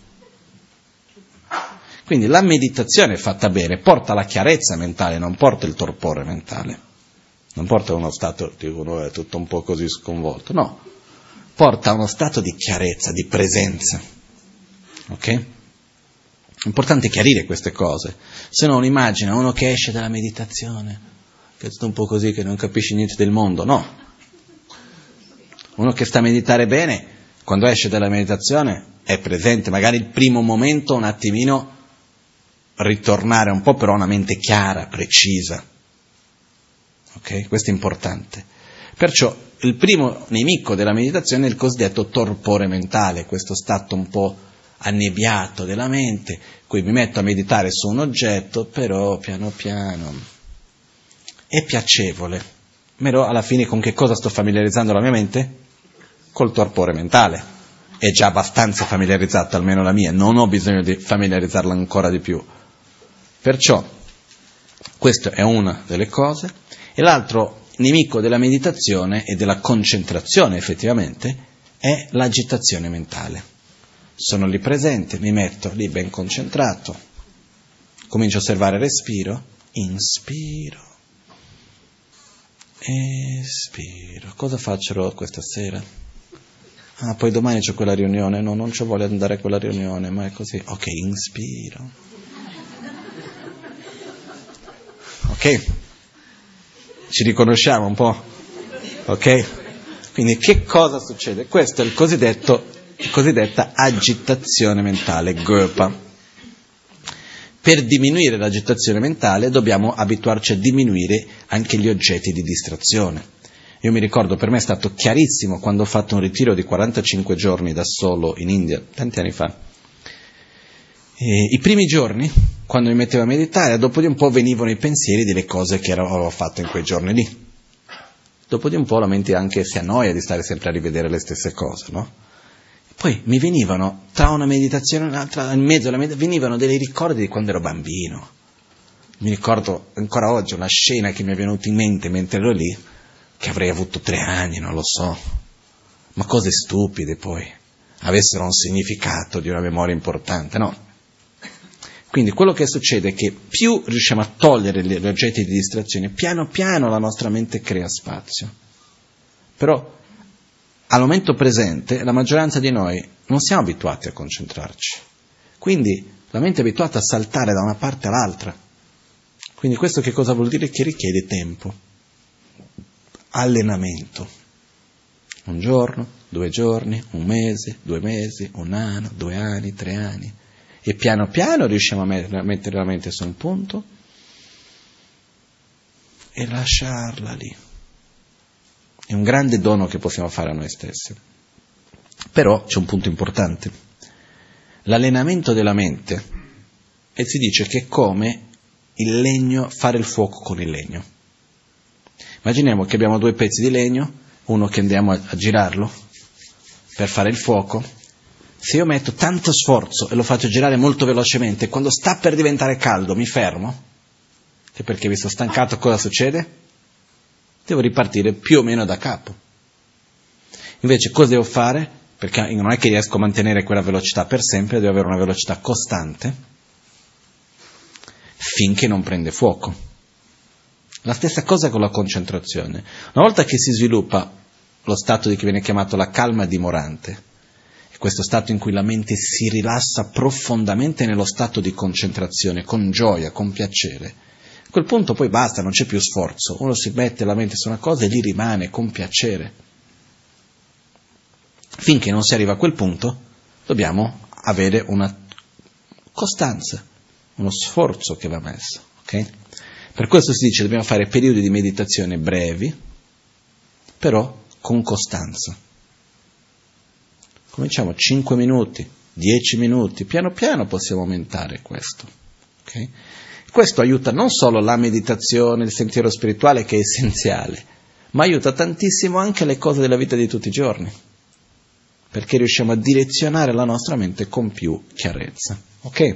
Quindi la meditazione fatta bene porta la chiarezza mentale, non porta il torpore mentale. Non porta a uno stato di uno è tutto un po' così sconvolto, no, porta a uno stato di chiarezza, di presenza. Ok? È importante chiarire queste cose, se no uno immagina uno che esce dalla meditazione, che è tutto un po' così, che non capisce niente del mondo, no. Uno che sta a meditare bene, quando esce dalla meditazione è presente, magari il primo momento un attimino ritornare un po', però una mente chiara, precisa. Ok? Questo è importante. Perciò il primo nemico della meditazione è il cosiddetto torpore mentale, questo stato un po' annebbiato della mente, cui mi metto a meditare su un oggetto, però piano piano è piacevole, però alla fine con che cosa sto familiarizzando la mia mente? Col torpore mentale. È già abbastanza familiarizzata, almeno la mia, non ho bisogno di familiarizzarla ancora di più. Perciò questa è una delle cose. E l'altro nemico della meditazione e della concentrazione effettivamente è l'agitazione mentale. Sono lì presente, mi metto lì ben concentrato, comincio a osservare il respiro, inspiro, espiro. Cosa faccio questa sera? Ah, poi domani c'ho quella riunione, no, non c'ho voglia di andare a quella riunione, ma è così. Ok, inspiro. Ok? Ci riconosciamo un po'? Ok? Quindi che cosa succede? Questo è il cosiddetta agitazione mentale, Göpa. Per diminuire l'agitazione mentale dobbiamo abituarci a diminuire anche gli oggetti di distrazione. Io mi ricordo, per me è stato chiarissimo quando ho fatto un ritiro di 45 giorni da solo in India, tanti anni fa. I primi giorni, quando mi mettevo a meditare, dopo di un po' venivano i pensieri delle cose che avevo fatto in quei giorni lì. Dopo di un po' la mente anche si annoia di stare sempre a rivedere le stesse cose, no? Poi mi venivano, tra una meditazione e l'altra, in mezzo alla meditazione, venivano dei ricordi di quando ero bambino. Mi ricordo ancora oggi una scena che mi è venuta in mente mentre ero lì, che avrei avuto 3 anni, non lo so. Ma cose stupide poi, avessero un significato di una memoria importante, no? Quindi quello che succede è che più riusciamo a togliere gli oggetti di distrazione, piano piano la nostra mente crea spazio. Però al momento presente la maggioranza di noi non siamo abituati a concentrarci. Quindi la mente è abituata a saltare da una parte all'altra. Quindi questo che cosa vuol dire? Che richiede tempo, allenamento. 1 giorno, 2 giorni, 1 mese, 2 mesi, 1 anno, 2 anni, 3 anni. E piano piano riusciamo a mettere la mente su un punto e lasciarla lì. È un grande dono che possiamo fare a noi stessi. Però c'è un punto importante. L'allenamento della mente, e si dice che è come il legno, fare il fuoco con il legno. Immaginiamo che abbiamo 2 pezzi di legno, uno che andiamo a girarlo per fare il fuoco. Se io metto tanto sforzo e lo faccio girare molto velocemente, quando sta per diventare caldo mi fermo, e perché mi sono stancato, cosa succede? Devo ripartire più o meno da capo. Invece cosa devo fare? Perché non è che riesco a mantenere quella velocità per sempre, devo avere una velocità costante finché non prende fuoco. La stessa cosa con la concentrazione. Una volta che si sviluppa lo stato che viene chiamato la calma dimorante, questo stato in cui la mente si rilassa profondamente nello stato di concentrazione, con gioia, con piacere. A quel punto poi basta, non c'è più sforzo, uno si mette la mente su una cosa e lì rimane con piacere. Finché non si arriva a quel punto, dobbiamo avere una costanza, uno sforzo che va messo. Okay? Per questo si dice che dobbiamo fare periodi di meditazione brevi, però con costanza. Cominciamo 5 minuti, 10 minuti, piano piano possiamo aumentare questo. Okay? Questo aiuta non solo la meditazione, il sentiero spirituale che è essenziale, ma aiuta tantissimo anche le cose della vita di tutti i giorni, perché riusciamo a direzionare la nostra mente con più chiarezza. Ok?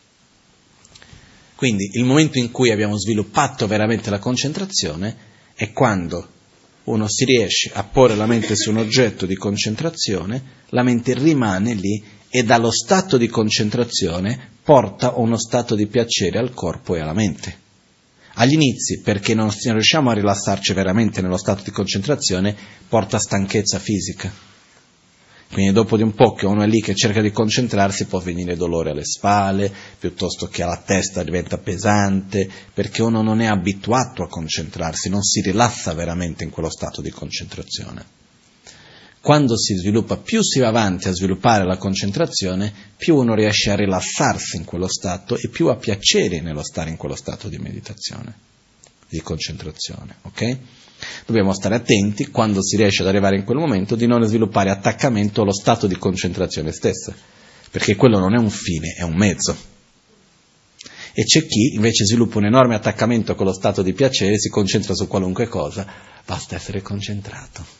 Quindi il momento in cui abbiamo sviluppato veramente la concentrazione è quando uno si riesce a porre la mente su un oggetto di concentrazione, la mente rimane lì e dallo stato di concentrazione porta uno stato di piacere al corpo e alla mente. Agli inizi, perché non riusciamo a rilassarci veramente nello stato di concentrazione, porta stanchezza fisica. Quindi dopo di un po' che uno è lì che cerca di concentrarsi può venire dolore alle spalle, piuttosto che alla testa diventa pesante, perché uno non è abituato a concentrarsi, non si rilassa veramente in quello stato di concentrazione. Quando si sviluppa, più si va avanti a sviluppare la concentrazione, più uno riesce a rilassarsi in quello stato e più ha piacere nello stare in quello stato di meditazione, di concentrazione, ok? Dobbiamo stare attenti, quando si riesce ad arrivare in quel momento, di non sviluppare attaccamento allo stato di concentrazione stessa, perché quello non è un fine, è un mezzo. E c'è chi invece sviluppa un enorme attaccamento con lo stato di piacere, si concentra su qualunque cosa, basta essere concentrato.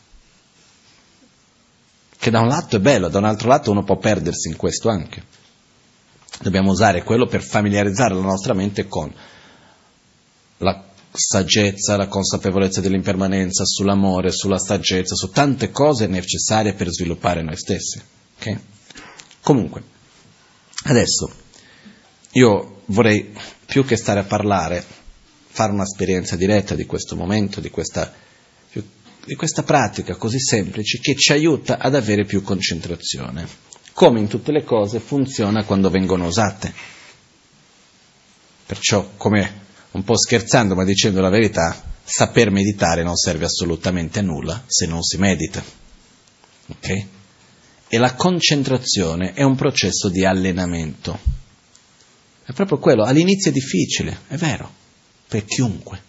Che da un lato è bello, da un altro lato uno può perdersi in questo anche. Dobbiamo usare quello per familiarizzare la nostra mente con la saggezza, la consapevolezza dell'impermanenza, sull'amore, sulla saggezza, su tante cose necessarie per sviluppare noi stessi. Okay? Comunque, adesso io vorrei, più che stare a parlare, fare un'esperienza diretta di questo momento, di questa pratica così semplice che ci aiuta ad avere più concentrazione. Come in tutte le cose funziona quando vengono usate. Perciò, come un po' scherzando ma dicendo la verità, saper meditare non serve assolutamente a nulla se non si medita. Ok? E la concentrazione è un processo di allenamento. È proprio quello, all'inizio è difficile, è vero, per chiunque.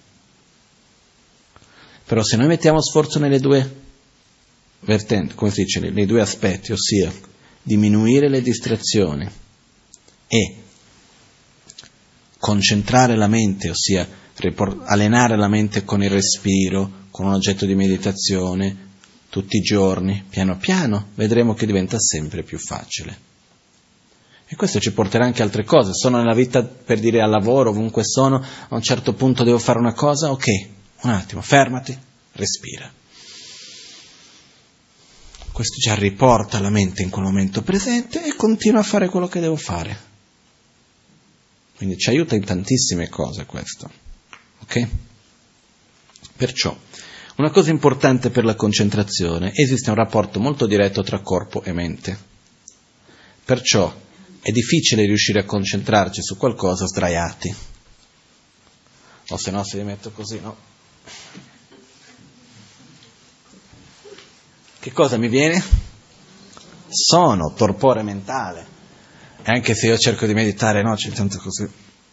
Però se noi mettiamo sforzo nelle due vertenti, come si dice, nei due aspetti, ossia diminuire le distrazioni e concentrare la mente, ossia allenare la mente con il respiro, con un oggetto di meditazione, tutti i giorni, piano piano, vedremo che diventa sempre più facile. E questo ci porterà anche a altre cose. Sono nella vita, per dire, al lavoro, ovunque sono, a un certo punto devo fare una cosa, ok, un attimo, fermati, respira. Questo già riporta la mente in quel momento presente e continua a fare quello che devo fare. Quindi ci aiuta in tantissime cose questo. Ok? Perciò, una cosa importante per la concentrazione, esiste un rapporto molto diretto tra corpo e mente. Perciò è difficile riuscire a concentrarci su qualcosa sdraiati. O se no, se li metto così, no? Che cosa mi viene? Sonno, torpore mentale. E anche se io cerco di meditare, no, c'è tanto così.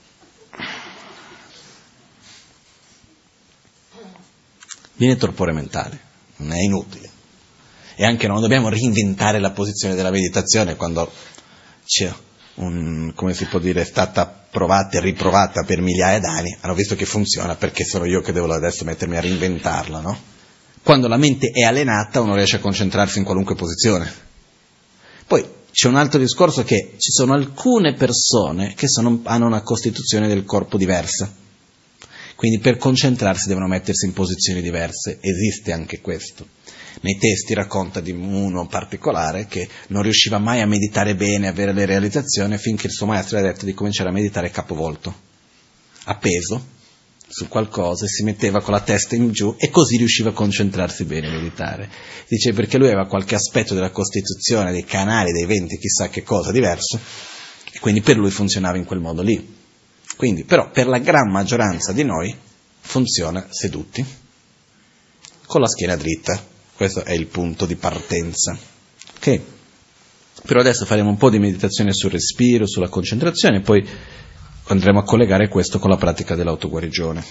Viene torpore mentale, non è inutile. E anche non dobbiamo reinventare la posizione della meditazione quando c'è come si può dire, è stata provata e riprovata per migliaia d'anni, hanno visto che funziona, perché sono io che devo adesso mettermi a reinventarla, no? Quando la mente è allenata uno riesce a concentrarsi in qualunque posizione. Poi c'è un altro discorso, che ci sono alcune persone che hanno una costituzione del corpo diversa, quindi per concentrarsi devono mettersi in posizioni diverse, esiste anche questo. Nei testi racconta di uno particolare che non riusciva mai a meditare bene, a avere le realizzazioni, finché il suo maestro gli ha detto di cominciare a meditare capovolto, appeso su qualcosa, e si metteva con la testa in giù e così riusciva a concentrarsi bene a meditare. Dice perché lui aveva qualche aspetto della costituzione, dei canali, dei venti, chissà che cosa diverso, e quindi per lui funzionava in quel modo lì. Quindi, però, per la gran maggioranza di noi funziona seduti, con la schiena dritta. Questo è il punto di partenza. Ok? Però adesso faremo un po' di meditazione sul respiro, sulla concentrazione, poi andremo a collegare questo con la pratica dell'autoguarigione.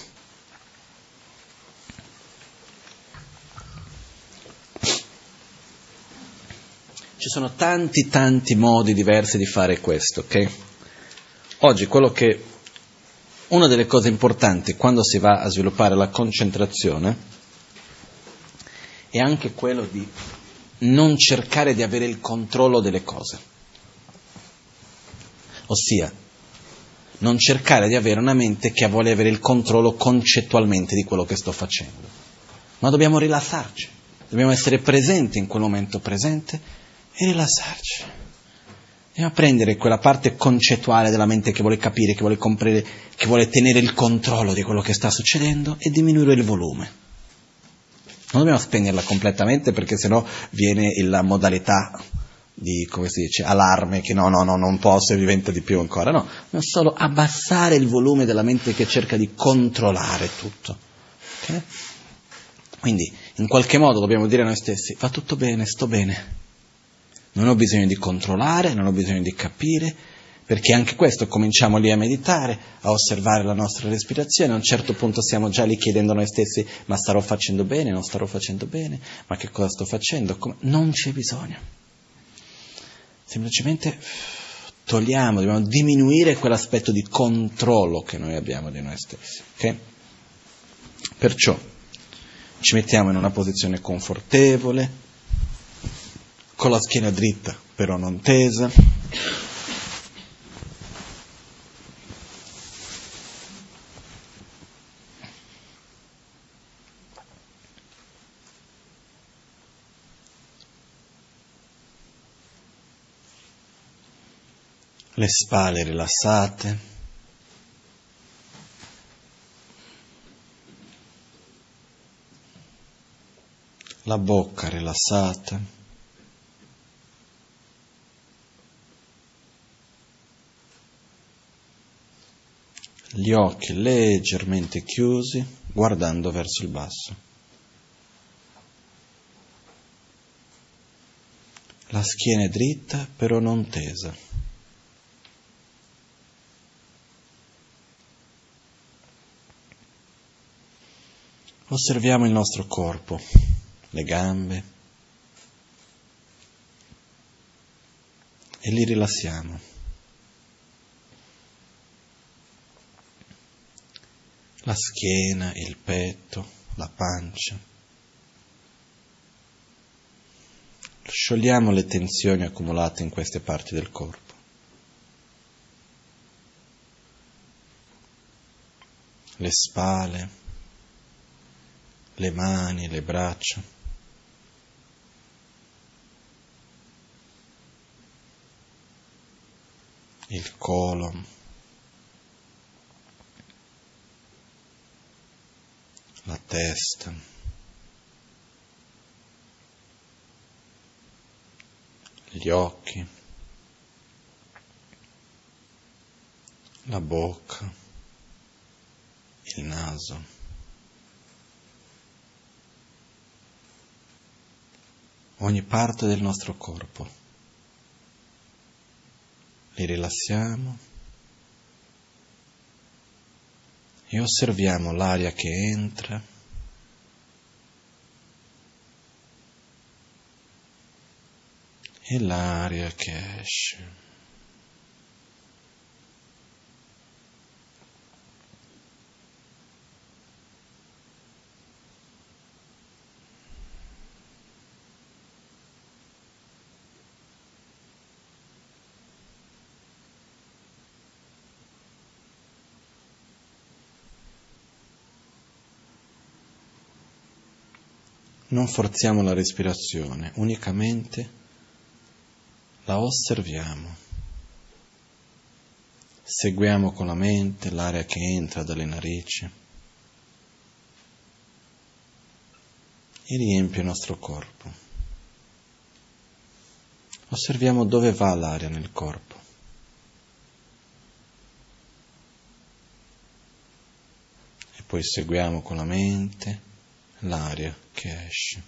Ci sono tanti modi diversi di fare questo, ok? Oggi una delle cose importanti quando si va a sviluppare la concentrazione è anche quello di non cercare di avere il controllo delle cose. Ossia, non cercare di avere una mente che vuole avere il controllo concettualmente di quello che sto facendo. Ma dobbiamo rilassarci, dobbiamo essere presenti in quel momento presente e rilassarci. Dobbiamo prendere quella parte concettuale della mente che vuole capire, che vuole comprendere, che vuole tenere il controllo di quello che sta succedendo e diminuire il volume. Non dobbiamo spegnerla completamente perché sennò viene la modalità di, come si dice, allarme, che no, non posso e diventa di più ancora. No, dobbiamo solo abbassare il volume della mente che cerca di controllare tutto. Okay? Quindi, in qualche modo dobbiamo dire a noi stessi, va tutto bene, sto bene. Non ho bisogno di controllare, non ho bisogno di capire, perché anche questo cominciamo lì a meditare, a osservare la nostra respirazione, a un certo punto siamo già lì chiedendo a noi stessi, ma starò facendo bene, non starò facendo bene, ma che cosa sto facendo? Non c'è bisogno. Semplicemente dobbiamo diminuire quell'aspetto di controllo che noi abbiamo di noi stessi. Okay? Perciò ci mettiamo in una posizione confortevole, con la schiena dritta, però non tesa. Le spalle rilassate. La bocca rilassata. Gli occhi leggermente chiusi, guardando verso il basso. La schiena è dritta, però non tesa. Osserviamo il nostro corpo, le gambe, e li rilassiamo. La schiena, il petto, la pancia. Sciogliamo le tensioni accumulate in queste parti del corpo. Le spalle, le mani, le braccia. Il colon. La testa. Gli occhi. La bocca. Il naso. Ogni parte del nostro corpo. Li rilassiamo e osserviamo l'aria che entra e l'aria che esce. Non forziamo la respirazione, unicamente la osserviamo. Seguiamo con la mente l'aria che entra dalle narici e riempie il nostro corpo. Osserviamo dove va l'aria nel corpo. E poi seguiamo con la mente l'aria che esce.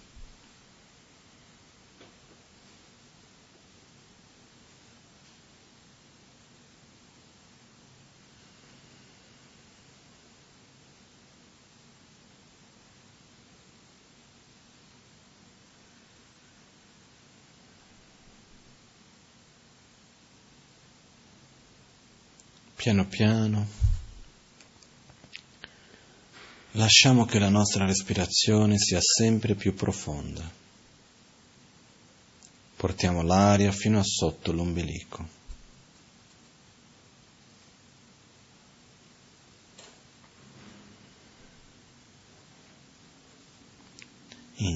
Piano piano lasciamo che la nostra respirazione sia sempre più profonda. Portiamo l'aria fino a sotto l'ombelico.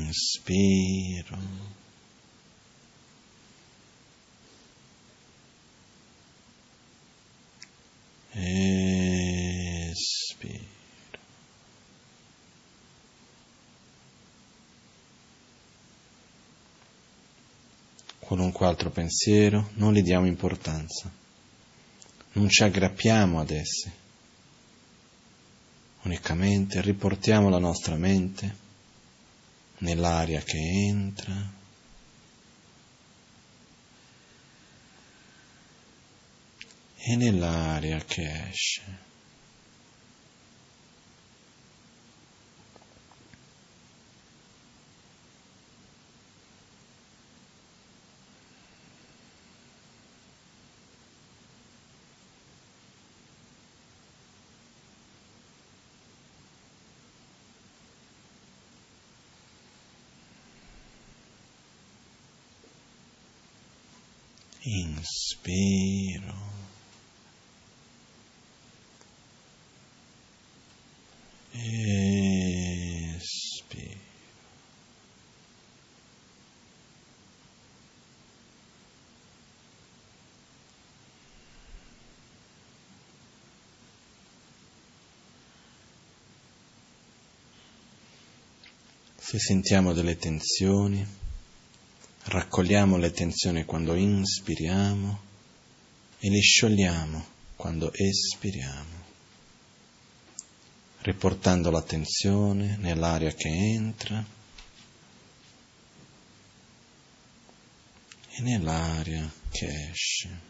Inspiro. qualunque altro pensiero, non gli diamo importanza, non ci aggrappiamo ad essi, unicamente riportiamo la nostra mente nell'aria che entra e nell'aria che esce. Inspiro, espiro. Se sentiamo delle tensioni, raccogliamo le tensioni quando inspiriamo e le sciogliamo quando espiriamo, riportando l'attenzione nell'aria che entra e nell'aria che esce.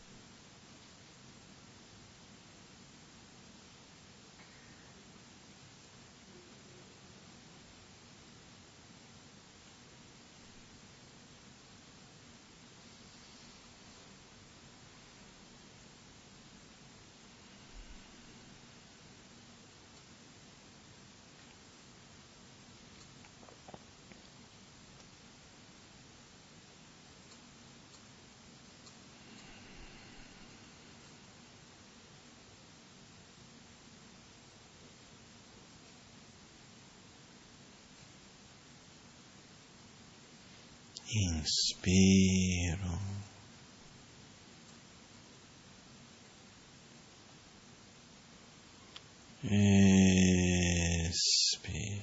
Inspiro, espiro.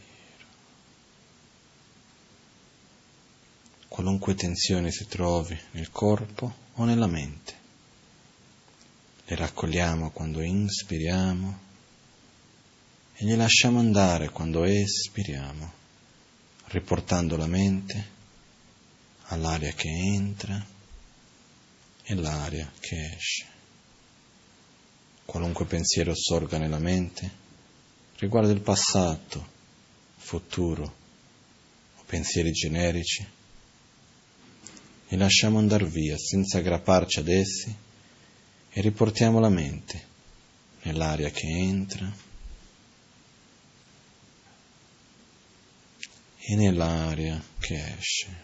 Qualunque tensione si trovi nel corpo o nella mente, le raccogliamo quando inspiriamo e le lasciamo andare quando espiriamo, riportando la mente all'aria che entra e l'aria che esce. Qualunque pensiero sorga nella mente riguardo il passato, futuro o pensieri generici, li lasciamo andare via senza aggrapparci ad essi e riportiamo la mente nell'aria che entra e nell'aria che esce.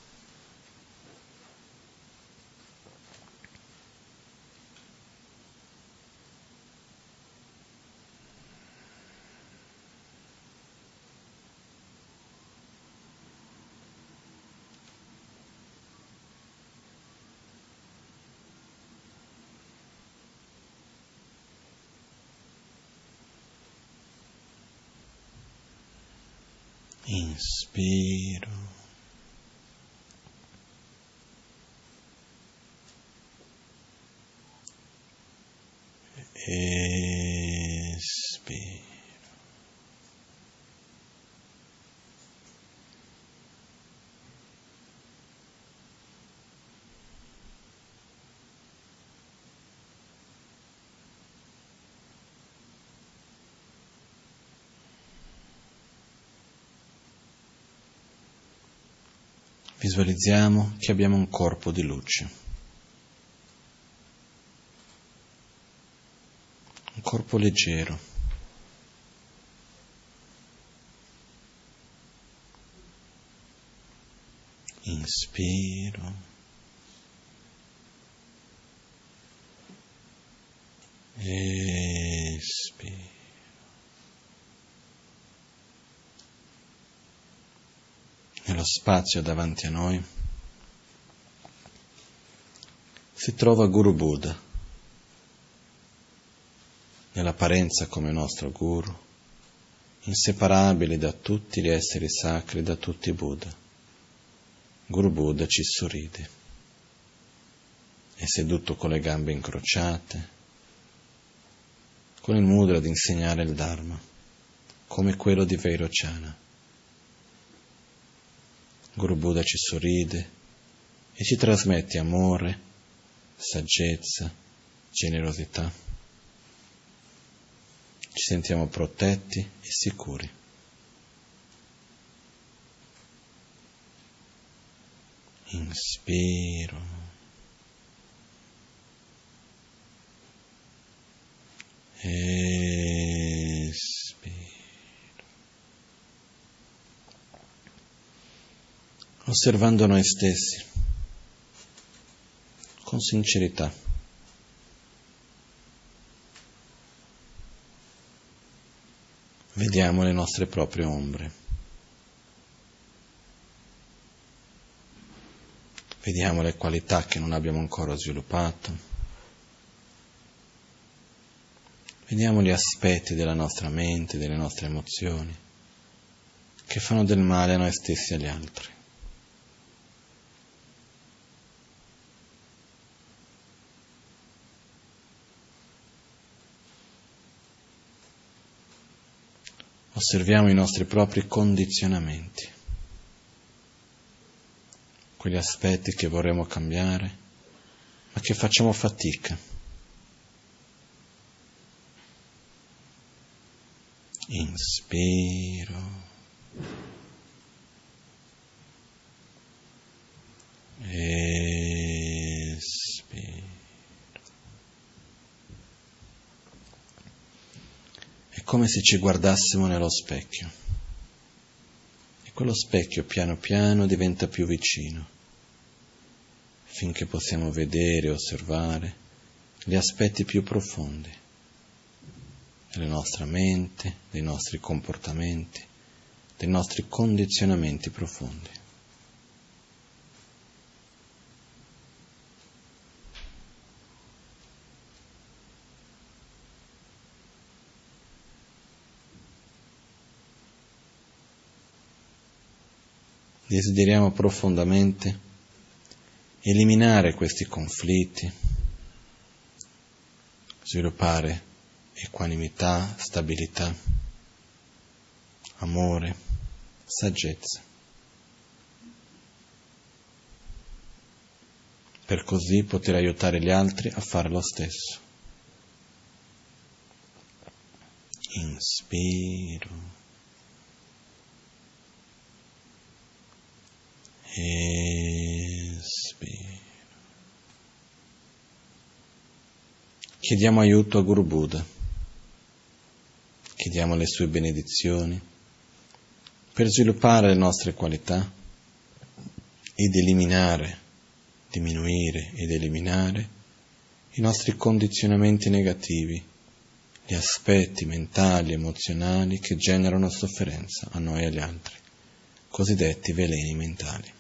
Inspiro, espiro. Visualizziamo che abbiamo un corpo di luce, un corpo leggero, inspiro, espiro. Nello spazio davanti a noi si trova Guru Buddha, nell'apparenza come nostro Guru, inseparabile da tutti gli esseri sacri, da tutti i Buddha, Guru Buddha ci sorride. È seduto con le gambe incrociate, con il mudra di insegnare il Dharma, come quello di Vairocana. Guru Buddha ci sorride e ci trasmette amore, saggezza, generosità. Ci sentiamo protetti e sicuri. Inspiro. Espiro. Osservando noi stessi con sincerità. Vediamo le nostre proprie ombre. Vediamo le qualità che non abbiamo ancora sviluppato. Vediamo gli aspetti della nostra mente, delle nostre emozioni, che fanno del male a noi stessi e agli altri. Osserviamo i nostri propri condizionamenti, quegli aspetti che vorremmo cambiare, ma che facciamo fatica. Inspiro. Espiro. È come se ci guardassimo nello specchio e quello specchio piano piano diventa più vicino finché possiamo vedere e osservare gli aspetti più profondi della nostra mente, dei nostri comportamenti, dei nostri condizionamenti profondi. Desideriamo profondamente eliminare questi conflitti, sviluppare equanimità, stabilità, amore, saggezza, per così poter aiutare gli altri a fare lo stesso. Inspiro. Espiro. Chiediamo aiuto a Guru Buddha, chiediamo le sue benedizioni per sviluppare le nostre qualità ed diminuire ed eliminare i nostri condizionamenti negativi, gli aspetti mentali, emozionali che generano sofferenza a noi e agli altri, cosiddetti veleni mentali.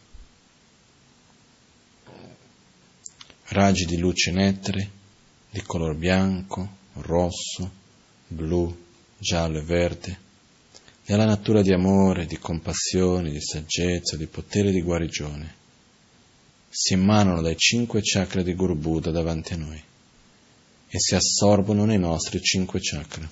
Raggi di luce nettere di color bianco, rosso, blu, giallo e verde, nella natura di amore, di compassione, di saggezza, di potere e di guarigione, si emanano dai 5 chakra di Guru Buddha davanti a noi e si assorbono nei nostri 5 chakra,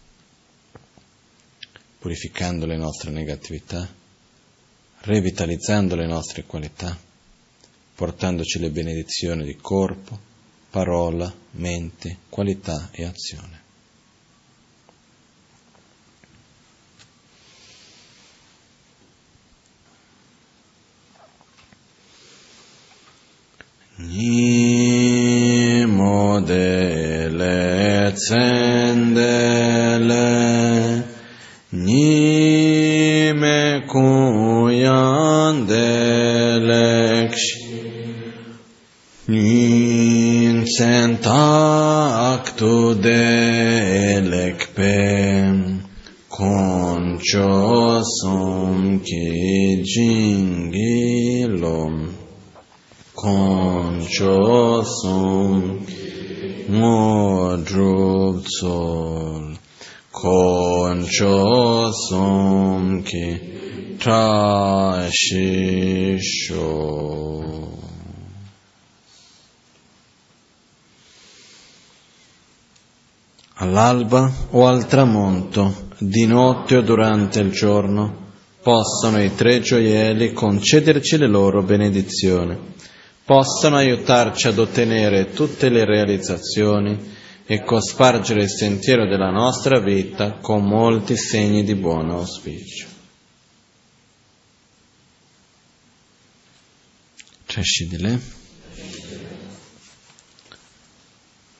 purificando le nostre negatività, revitalizzando le nostre qualità, portandoci le benedizioni di corpo, parola, mente, qualità e azione. Nimo dele tsendele, nime kuyandele kshi, nin sentaktu delekpem, concho sumki jingilom, concho sumki modrupzol, concho sumki tra shisho. All'alba o al tramonto, di notte o durante il giorno, possano i tre gioielli concederci le loro benedizioni, possano aiutarci ad ottenere tutte le realizzazioni e cospargere il sentiero della nostra vita con molti segni di buon auspicio. Cescidile.